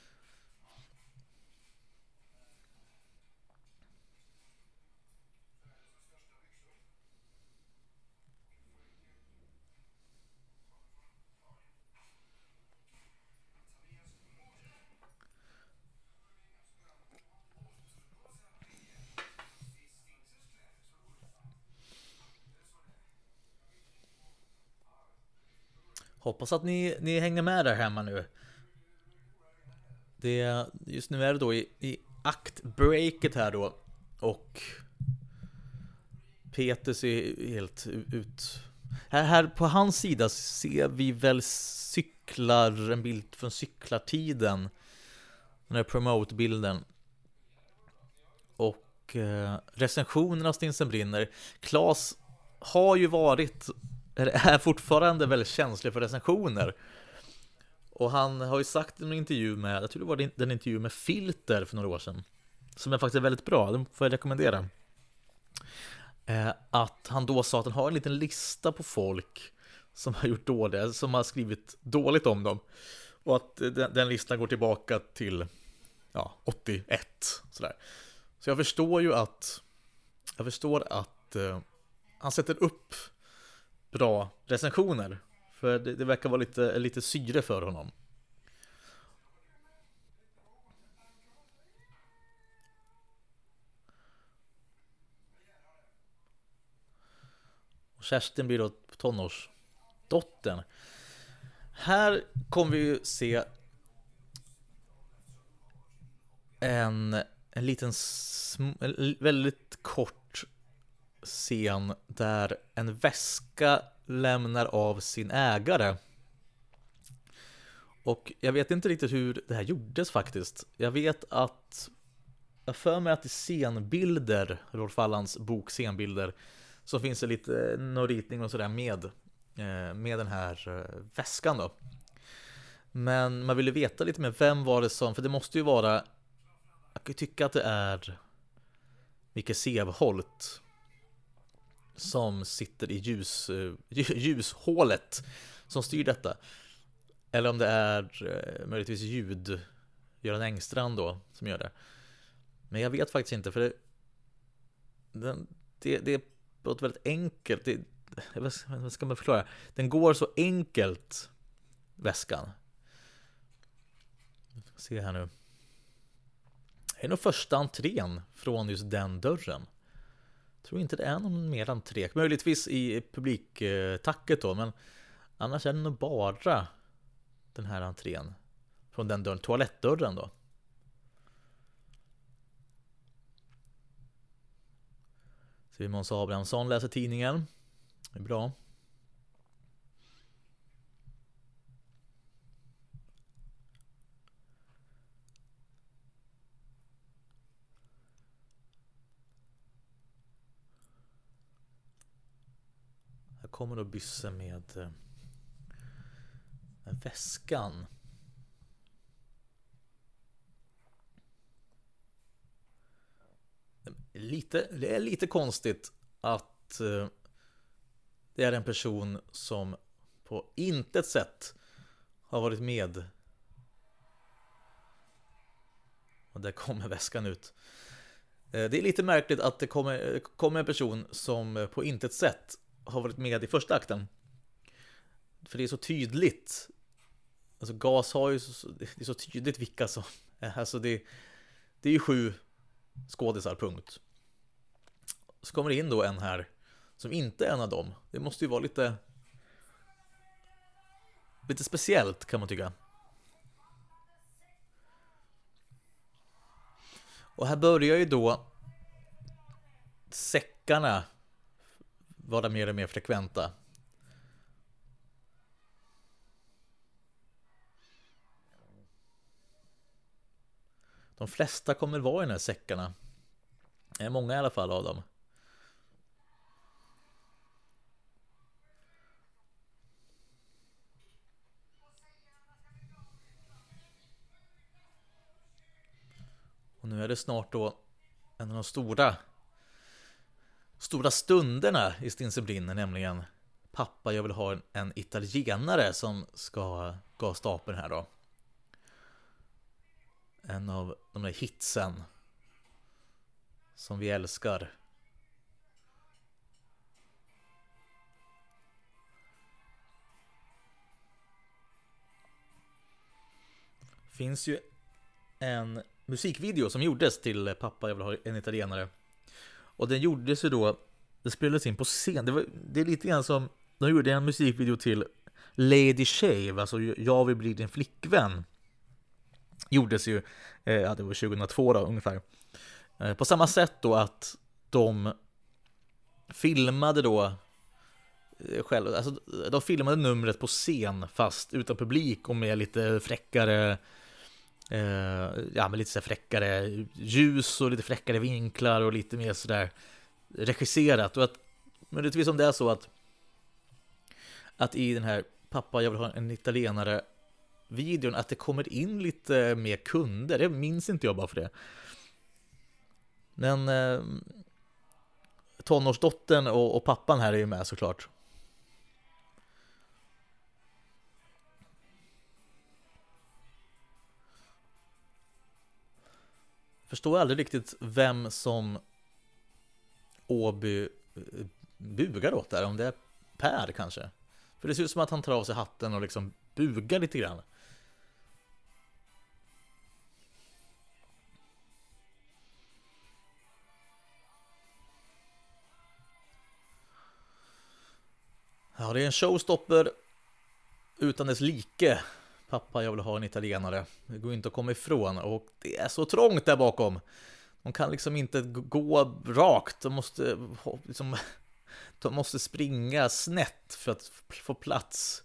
Hoppas att ni hänger med där hemma nu. Just nu är det då i aktbreaket här då. Och Peter ser helt ut. Här på hans sida ser vi väl en bild från cyklartiden. Den här promote-bilden. och recensionerna av Stinsen brinner. Claes har ju varit, eller är fortfarande väldigt känslig för recensioner. Och han har ju sagt i en intervju med, jag tror det var den intervju med Filter för några år sedan, som är faktiskt väldigt bra, den får jag rekommendera. Att han då sa att han har en liten lista på folk som har gjort dåligt, som har skrivit dåligt om dem. Och att den listan går tillbaka till 81 sådär. Så jag förstår att han sätter upp bra recensioner, för det verkar vara lite syre för honom. Och Kerstin blir då tonårsdottern. Här kommer vi ju se en liten väldigt kort scen där en väska lämnar av sin ägare. Och jag vet inte riktigt hur det här gjordes faktiskt. Jag för mig att i scenbilder, Rolf Allans bok Scenbilder, så finns det lite ritning och sådär med den här väskan då. Men man ville veta lite mer, vem var det som, för det måste ju vara, jag kan tycka att det är Micke Sevholt som sitter i ljushålet som styr detta. Eller om det är möjligtvis Göran Engstrand då som gör det. Men jag vet faktiskt inte, för det är på ett väldigt enkelt, vad ska man förklara? Den går så enkelt, väskan. Se här nu. Det är nog första entrén från just den dörren. Jag tror inte det är någon mer entré. Möjligtvis i publiktacket då, men annars är det nog bara den här entrén från den dörren, toalettdörren då. Så vi Måns Abrahamsson läser tidningen. Det är bra. Här kommer då Bysse med väskan. Det är lite konstigt att det är en person som på intet sätt har varit med. Och där kommer väskan ut. Det är lite märkligt att det kommer en person som på intet sätt har varit med i första akten. För det är så tydligt. Alltså Gas har ju det är så tydligt vilka som alltså det är ju 7 skådisar, punkt. Så kommer det in då en här som inte är en av dem. Det måste ju vara lite speciellt, kan man tycka. Och här börjar ju då säckarna vara mer och mer frekventa. De flesta kommer vara i de här säckarna. Det är många i alla fall av dem. Och nu är det snart då en av de stora stunderna i Stinsen brinner, nämligen pappa, jag vill ha en italienare, som ska gå av stapeln här då. En av de där hitsen som vi älskar. Finns ju en musikvideo som gjordes till pappa, jag vill ha en italienare. Och den gjordes ju då, det spelades in på scen. Det är lite grann som, de gjorde en musikvideo till Lady Shave, alltså Jag vill bli din flickvän. Gjordes ju, det var 2002 då ungefär. På samma sätt då att de filmade då själva, alltså de filmade numret på scen fast utan publik och med lite fräckare Ja, men lite så fräckare ljus och lite fräckare vinklar och lite mer sådär regisserat. Och att möjligtvis om det är så att i den här pappa jag vill ha en italienare videon att det kommer in lite mer kunder. Det minns inte jag bara för det. Men tonårsdottern och pappan här är ju med såklart. Förstår aldrig riktigt vem som Åby bugar åt där. Om det är Per kanske. För det ser ut som att han tar av sig hatten och liksom bugar lite grann. Ja, det är en showstopper utan dess like. Pappa, jag vill ha en italienare. Det går inte att komma ifrån. Och det är så trångt där bakom. De kan liksom inte gå rakt. De måste springa snett för att få plats.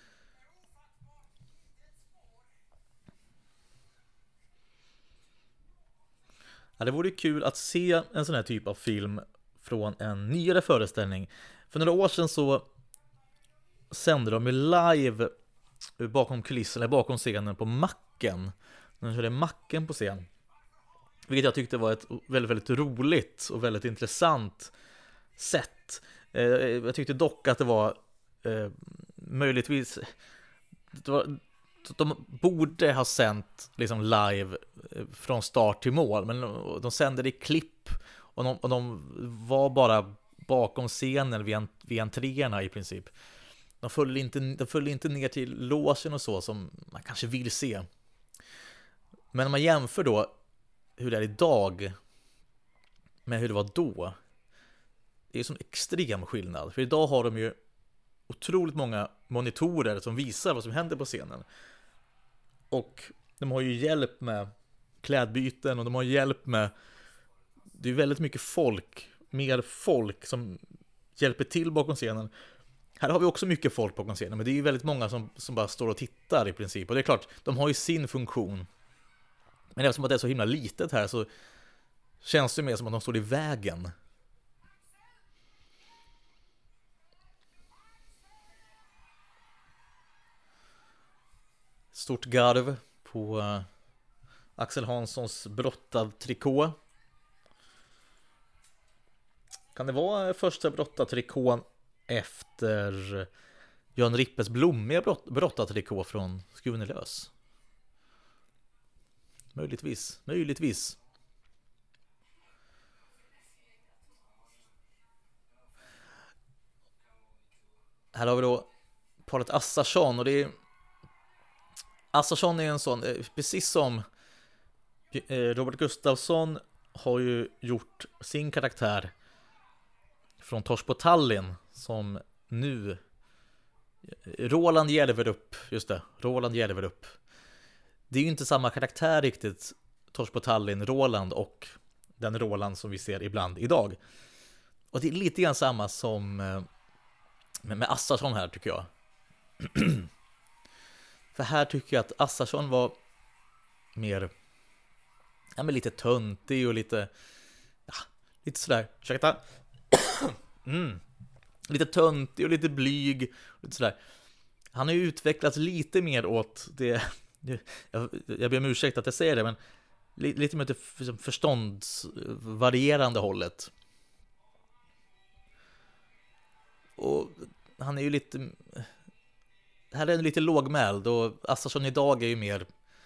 Ja, det vore kul att se en sån här typ av film från en nyare föreställning. För några år sedan så sände de live bakom kulisserna, bakom scenen på Macken. De körde Macken på scen. Vilket jag tyckte var ett väldigt, väldigt roligt och väldigt intressant sätt. Jag tyckte dock att det var möjligtvis... De borde ha sänt liksom live från start till mål, men de sände det i klipp och de var bara bakom scenen vid entréerna i princip. De följde inte ner till låsen och så som man kanske vill se. Men om man jämför då hur det är idag med hur det var då, det är en sån extrem skillnad. För idag har de ju otroligt många monitorer som visar vad som händer på scenen. Och de har ju hjälp med klädbyten och de har hjälp med... Det är väldigt mycket mer folk som hjälper till bakom scenen. Här har vi också mycket folk bakom scenen, men det är ju väldigt många som bara står och tittar i princip. Och det är klart, de har ju sin funktion. Men eftersom att det är så himla litet här så känns det mer som att de står i vägen. Stort garv på Axel Hanssons brottad-trikå. Kan det vara första brottad-trikån efter Jan Rippes blommiga brottad-trikå från Skruvenelös? Möjligtvis. Här har vi då paret Assarsson och det är... Assarsson är en sån, precis som Robert Gustafsson har ju gjort sin karaktär från Tors på Tallinn som nu Roland Gälleverup, just det, Roland Gälleverup. Det är ju inte samma karaktär riktigt, Tors på Tallinn, Roland och den Roland som vi ser ibland idag. Och det är lite grann samma som med Assarsson här tycker jag. För här tycker jag att Assarsson var mer lite töntig och lite sådär, ursäkta. Lite töntig och lite blyg och lite sådär. Han har ju utvecklats lite mer åt det, jag ber om ursäkt att jag säger det, men lite mer till förståndsvarierande hållet. Och han är ju lite... Här är den lite lågmäld och Assarsson idag är ju mer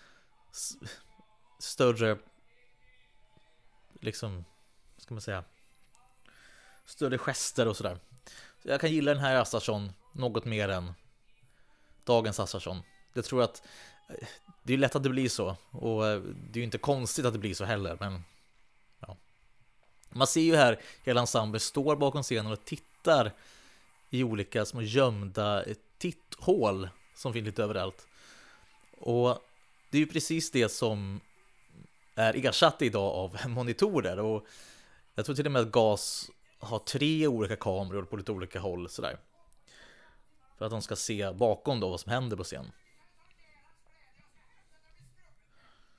större, liksom, ska man säga, större gester och sådär. Så jag kan gilla den här Assarsson något mer än dagens Assarsson. Jag tror att det är lätt att det blir så och det är ju inte konstigt att det blir så heller, men ja. Man ser ju här hela ensemblen står bakom scenen och tittar i olika små gömda titthål som finns lite överallt. Och det är ju precis det som är ersatt idag av monitorer. Och jag tror till och med att GAS har 3 olika kameror på lite olika håll sådär. För att de ska se bakom då vad som händer på scen.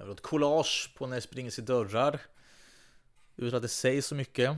ett collage på när det springs i dörrar utan att det sägs så mycket.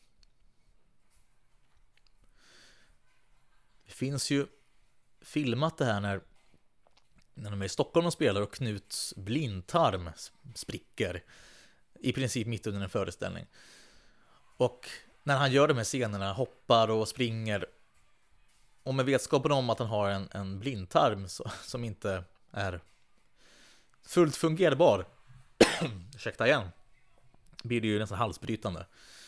Det finns ju filmat det här när de är i Stockholm och spelar och Knuts blindtarm spricker i princip mitt under en föreställning. Och när han gör de här scenerna, hoppar och springer, och med vetskapen om att han har en blindtarm som inte är fullt fungerbar, ursäkta igen, blir det ju nästan halsbrytande.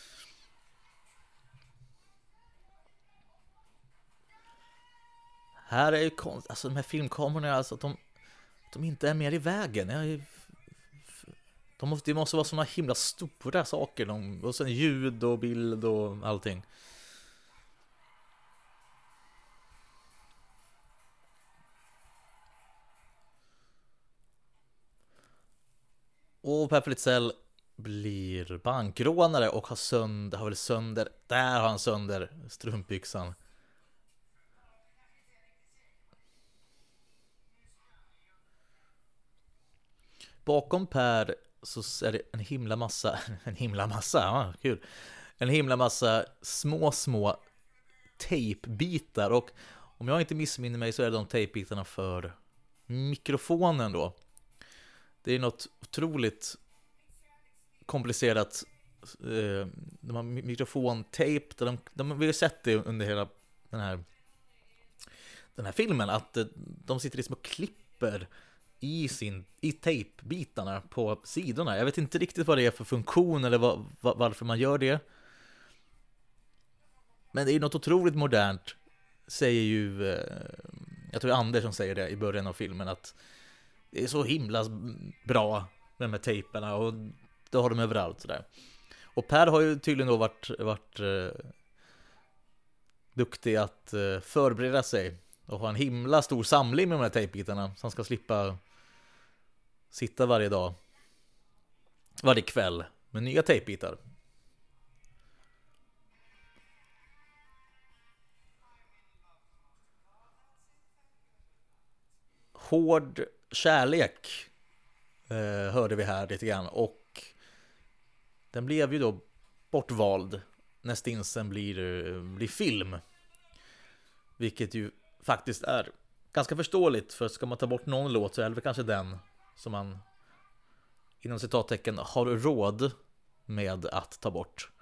Här är ju alltså de här filmkamerorna, alltså att de inte är mer i vägen. Det måste vara såna himla stora saker, och sen ljud och bild och allting. Och Per Fritzell blir bankrånare och har han sönder strumpbyxan. Bakom Per så är det en himla massa små tejpbitar, och om jag inte missminner mig så är de tejpbitarna för mikrofonen då. Det är något otroligt komplicerat, de har mikrofontejp, vi har sett det under hela den här filmen, att de sitter liksom och klipper i tejpbitarna på sidorna. Jag vet inte riktigt vad det är för funktion eller varför man gör det. Men det är något otroligt modernt, säger ju jag tror Anders som säger det i början av filmen, att det är så himla bra med de här tejperna, och det har de överallt sådär. Och Per har ju tydligen då varit duktig att förbereda sig och ha en himla stor samling med de här tejpbitarna, så han ska slippa sitta varje kväll med nya tejpbitar. Hård kärlek hörde vi här lite grann, och den blev ju då bortvald när stinsen blir film, vilket ju faktiskt är ganska förståeligt, för ska man ta bort någon låt så är det väl kanske den som man inom citattecken har råd med att ta bort.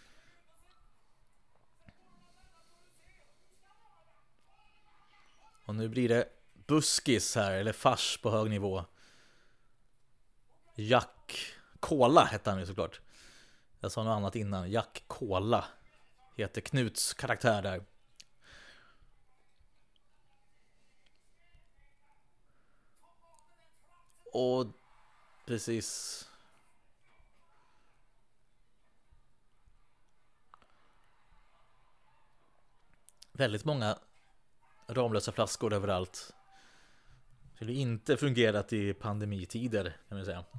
Och nu blir det buskis här, eller fars på hög nivå. Jack Kola hette han ju såklart. Jag sa något annat innan. Jack Kola heter Knuts karaktär där. Och precis. Väldigt många Ramlösa flaskor överallt. Det skulle inte fungerat i pandemitider, kan man säga.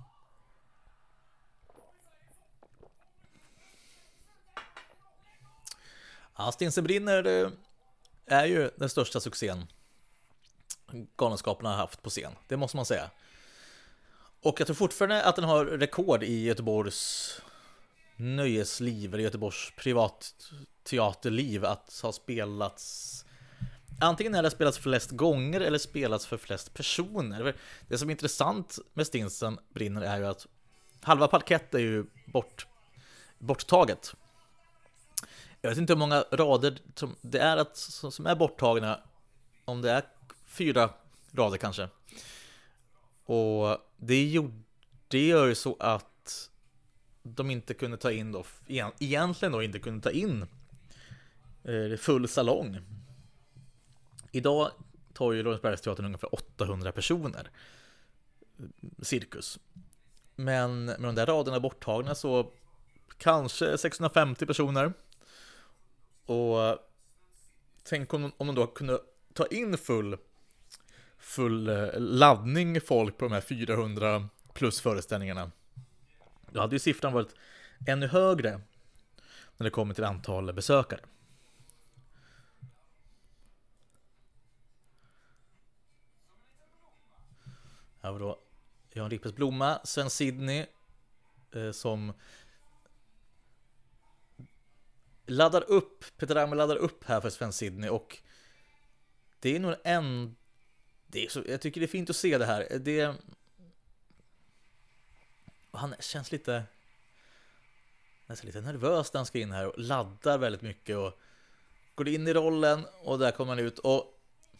Ja, Stinsen brinner är ju den största succén Galenskaparna har haft på scen. Det måste man säga. Och jag tror fortfarande att den har rekord i Göteborgs nöjesliv, eller Göteborgs privatteaterliv, att ha spelats. Antingen är det spelats flest gånger eller spelats för flest personer. Det som är intressant med Stinsen brinner är ju att halva parkett är ju borttaget. Jag vet inte hur många rader som det är som är borttagna. Om det är 4 rader kanske. Och det gör ju så att de inte kunde ta in då, egentligen då inte kunde ta in full salong. Idag tar ju Lorensbergsteatern ungefär 800 personer cirkus. Men med de där raderna borttagna så kanske 650 personer. Och tänk om de då kunde ta in full laddning folk på de här 400 plus föreställningarna. Då hade ju siffran varit ännu högre när det kommer till antal besökare. Här var då Vi har en Rippes Blomma, Sven Sidney som Peter Rangmar laddar upp här för Sven Sidney, och det är nog jag tycker det är fint att se det här. Han känns nästan lite nervös när han ska in här och laddar väldigt mycket och går in i rollen, och där kommer han ut, och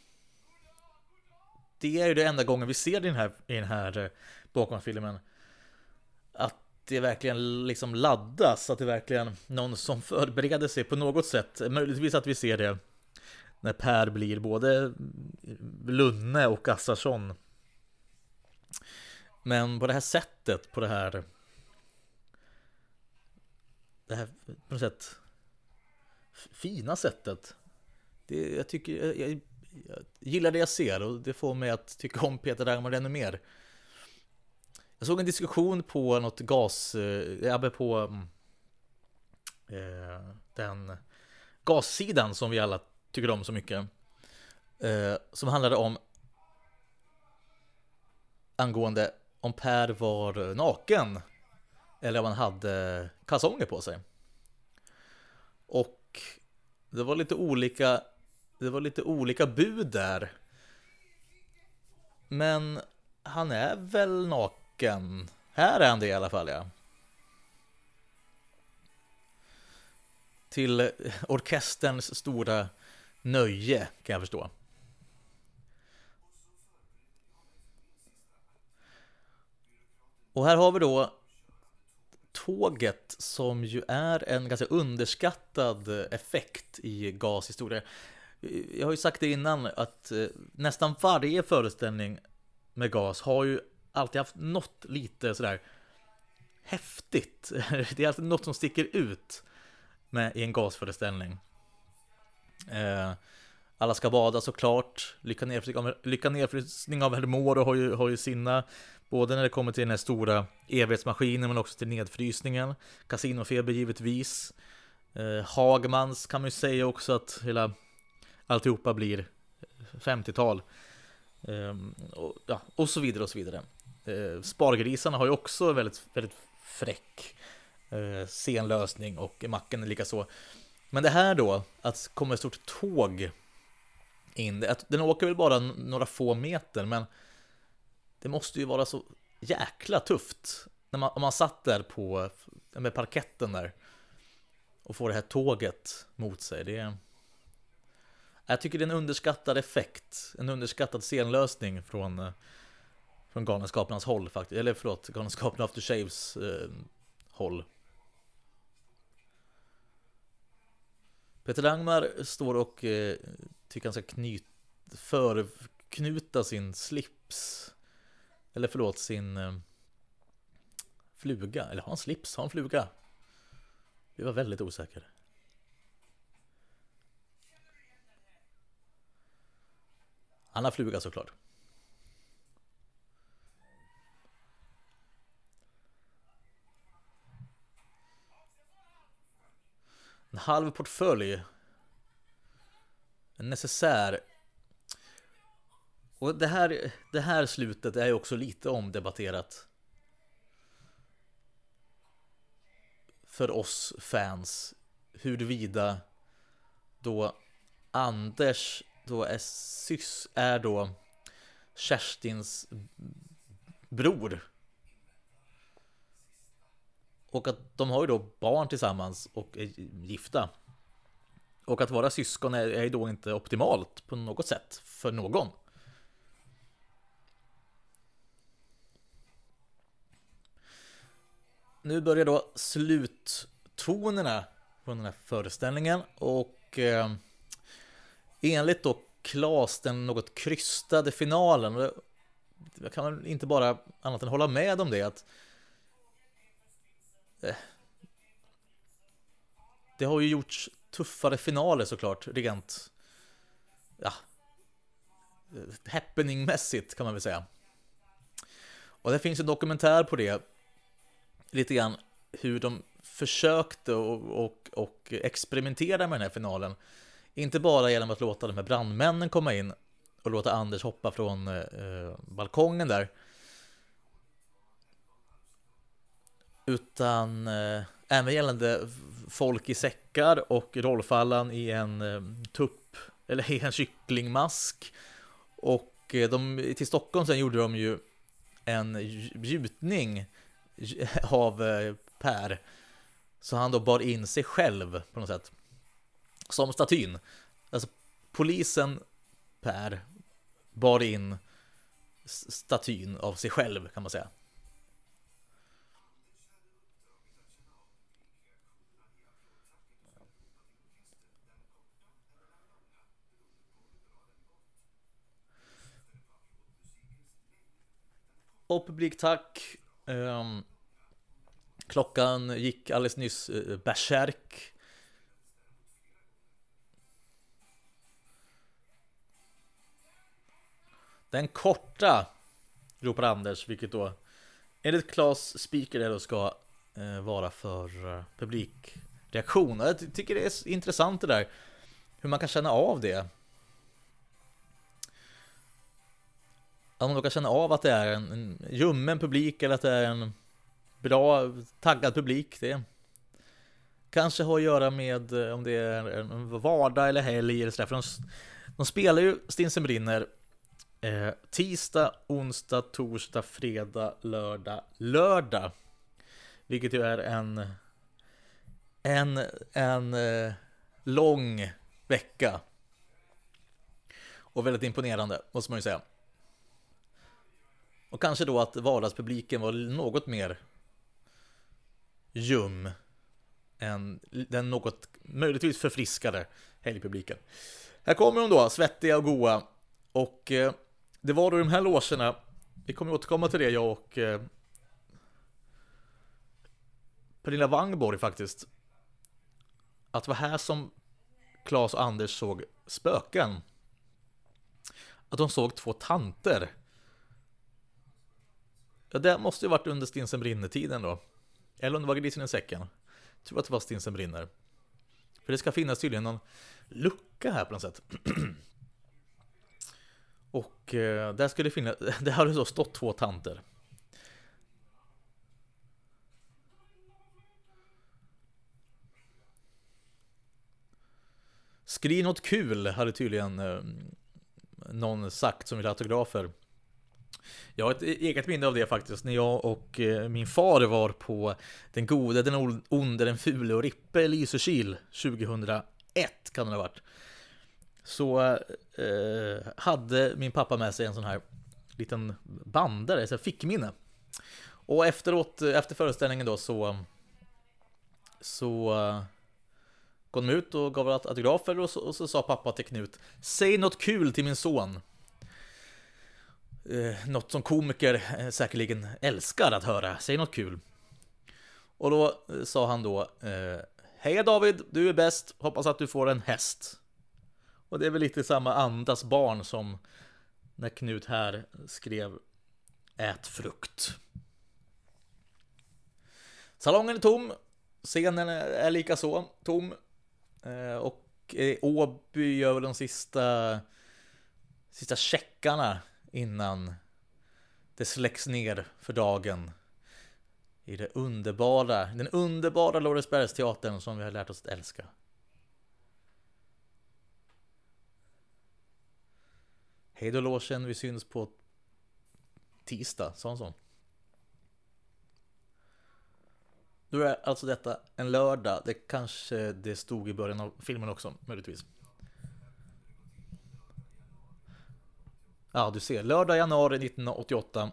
det är ju det enda gången vi ser i den här bakom-filmen att det verkligen liksom laddas, att det verkligen någon som förbereder sig på något sätt. Möjligtvis att vi ser det när Per blir både Lunne och Assarsson. Men på det här sättet, på det här på något sätt fina sättet. Jag gillar det jag ser, och det får mig att tycka om Peter Rangmar ännu mer. Jag såg en diskussion på något på den gassidan som vi alla tycker om så mycket, som handlade om angående om Per var naken eller om han hade kalsonger på sig. Och det var lite olika bud där. Men han är väl naken. Här är han det i alla fall, ja. Till orkesterns stora nöje, kan jag förstå. Och här har vi då tåget, som ju är en ganska underskattad effekt i GAS historia. Jag har ju sagt det innan att nästan varje föreställning med GAS har ju alltid haft något lite sådär häftigt. Det är alltid något som sticker ut i en GAS-föreställning. Alla ska bada, såklart. Lycka nedfrysning av Hermore har ju sina, både när det kommer till den här stora evighetsmaskinen men också till nedfrysningen. Casinofeber givetvis. Hagmans kan man ju säga också att alltihopa blir 50-tal. Och så vidare och så vidare. Spargrisarna har ju också väldigt, väldigt fräck scenlösning, och Macken är lika så. Men det här då, att komma ett stort tåg in, den åker väl bara några få meter, men det måste ju vara så jäkla tufft om man satt där med parketten där och får det här tåget mot sig. Jag tycker det är en underskattad effekt, en underskattad scenlösning från Galenskapernas håll faktiskt, eller förlåt, Galenskaperna After Shaves håll. Peter Rangmar står och tycker han ska förknuta sin slips, eller förlåt, sin fluga, eller har han slips, har han fluga? Det var väldigt osäker. Han har fluga såklart. En halv portfölj. En necessär. Och det här slutet är ju också lite omdebatterat för oss fans. Huruvida då Anders då är då Kerstins bror. Och att de har ju då barn tillsammans och är gifta. Och att vara syskon är då inte optimalt på något sätt för någon. Nu börjar då sluttonerna från den här föreställningen, och enligt då Claes den något krystade finalen, och jag kan inte bara annat än hålla med om det, att det har ju gjorts tuffare finaler såklart, rent happeningmässigt kan man väl säga. Och det finns en dokumentär på det, lite grann hur de försökte och experimentera med den här finalen. Inte bara genom att låta de här brandmännen komma in och låta Anders hoppa från balkongen där, utan även gällande folk i säckar och rollfallan i en tupp eller i en kycklingmask. Och till Stockholm sen gjorde de ju en gjutning av Per, så han då bar in sig själv på något sätt som statyn. Alltså polisen Per bar in statyn av sig själv, kan man säga. Och publiktack. Klockan gick alldeles nyss bärsärk. Den korta, ropar Anders, vilket då enligt Claes speaker det då ska vara för publikreaktion. Jag tycker det är intressant det där, hur man kan känna av det. Att man då kan känna av att det är en ljummen publik eller att det är en bra taggad publik. Det kanske har att göra med om det är en vardag eller helg eller sådär. För de spelar ju Stinsen brinner tisdag, onsdag, torsdag, fredag, lördag. Vilket ju är en lång vecka. Och väldigt imponerande, måste man ju säga. Och kanske då att vardagspubliken var något mer ljum än den något möjligtvis förfriskade helgpubliken. Här kommer de då, svettiga och goa. Och det var då de här logerna, vi kommer återkomma till det, jag och Pernilla Wangborg faktiskt. Att det var här som Claes och Anders såg spöken. Att de såg två tanter. Ja, det måste ju varit under Stinsen brinner-tiden då. Eller om det var grisen i säcken. Jag tror att det var Stinsen brinner. För det ska finnas tydligen någon lucka här på något sätt. Och där skulle det finnas, det hade så stått två tanter. Skriv något kul, hade tydligen någon sagt som vill ha autografer. Jag har ett eget minne av det faktiskt. När jag och min far var på Den gode, den onde, den fule och Rippe i Lysekil 2001 kan det ha varit. Så hade min pappa med sig en sån här liten bandare, så fickminne. Och efteråt, efter föreställningen då så kom de ut och gav autografer och så sa pappa till Knut: säg något kul till min son. Något som komiker säkerligen älskar att höra. Säg något kul. Och då sa han då: hej David, du är bäst. Hoppas att du får en häst. Och det är väl lite samma andas barn som när Knut här skrev ät frukt. Salongen är tom. Scenen är lika så tom. Och Åby gör väl de sista checkarna innan det släcks ner för dagen i den underbara Lorensbergsteatern som vi har lärt oss att älska. Hej då logen, vi syns på tisdag, sån. Då är alltså detta en lördag. Det kanske det stod i början av filmen också, möjligtvis. Ja, du ser. Lördag januari 1988.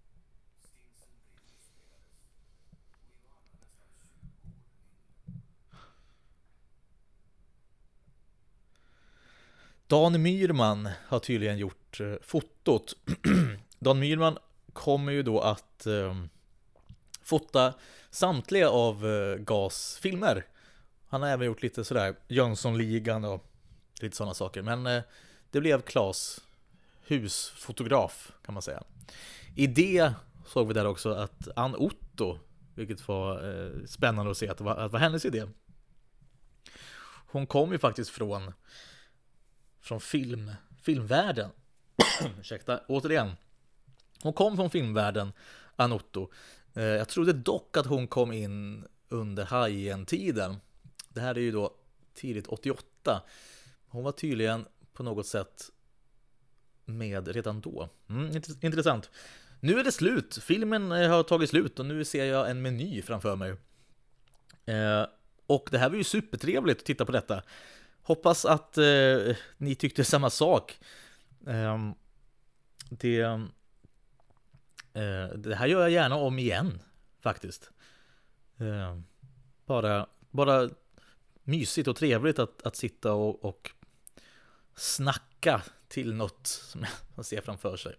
Dan Myrman har tydligen gjort fotot. Dan Myrman kommer ju då att fota samtliga av Gas filmer. Han har även gjort lite sådär Jönssonligan och lite sådana saker. Men det blev Claes husfotograf, kan man säga. I det såg vi där också att Ann Otto, vilket var spännande att se att det var hennes idé. Hon kom ju faktiskt från filmvärlden. Ursäkta, återigen. Hon kom från filmvärlden, Ann Otto. Jag trodde dock att hon kom in under Hajen-tiden. Det här är ju då tidigt 88. Hon var tydligen på något sätt med redan då. Intressant. Nu är det slut. Filmen har tagit slut och nu ser jag en meny framför mig. Och det här var ju supertrevligt att titta på detta. Hoppas att ni tyckte samma sak. Det här gör jag gärna om igen faktiskt. Bara mysigt och trevligt att sitta och snacka till något som man ser framför sig.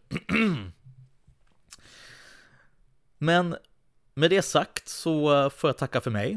Men med det sagt så får jag tacka för mig.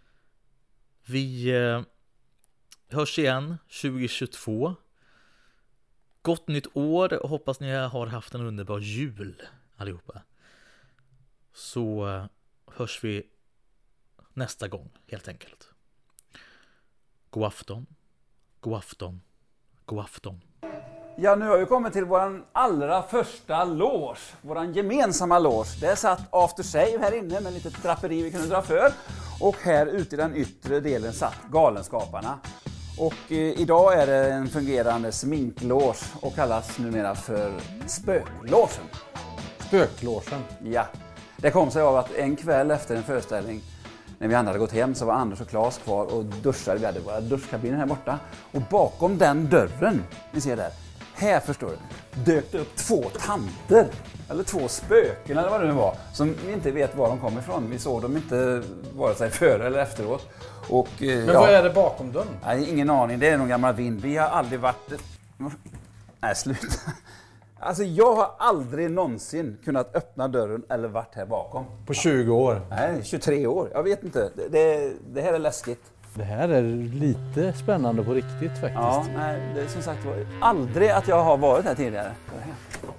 Vi hörs igen 2022. Gott nytt år och hoppas ni har haft en underbar jul allihopa. Så hörs vi nästa gång helt enkelt. God afton, god afton, god afton. Ja, nu har vi kommit till vår allra första loge, vår gemensamma loge. Det satt After Shave här inne med lite draperi vi kunde dra för. Och här ute i den yttre delen satt Galenskaparna. Och idag är det en fungerande sminkloge och kallas numera för Spöklogen. Spöklogen? Ja, det kom sig av att en kväll efter en föreställning när vi andra hade gått hem så var Anders och Claes kvar och duschade. Vi hade våra duschkabiner här borta. Och bakom den dörren, ni ser där, här förstår du, dök det upp 2 tanter. Eller 2 spöken eller vad det nu var. Som vi inte vet var de kom ifrån. Vi såg dem inte vare sig före eller efteråt. Och, men vad är det bakom dörren? Nej, ingen aning, det är någon gammal vind. Vi har aldrig varit... Nej, sluta. Alltså jag har aldrig någonsin kunnat öppna dörren eller varit här bakom. På 20 år? Nej, 23 år. Jag vet inte. Det här är läskigt. Det här är lite spännande på riktigt faktiskt. Ja, nej, det är som sagt aldrig att jag har varit här tidigare.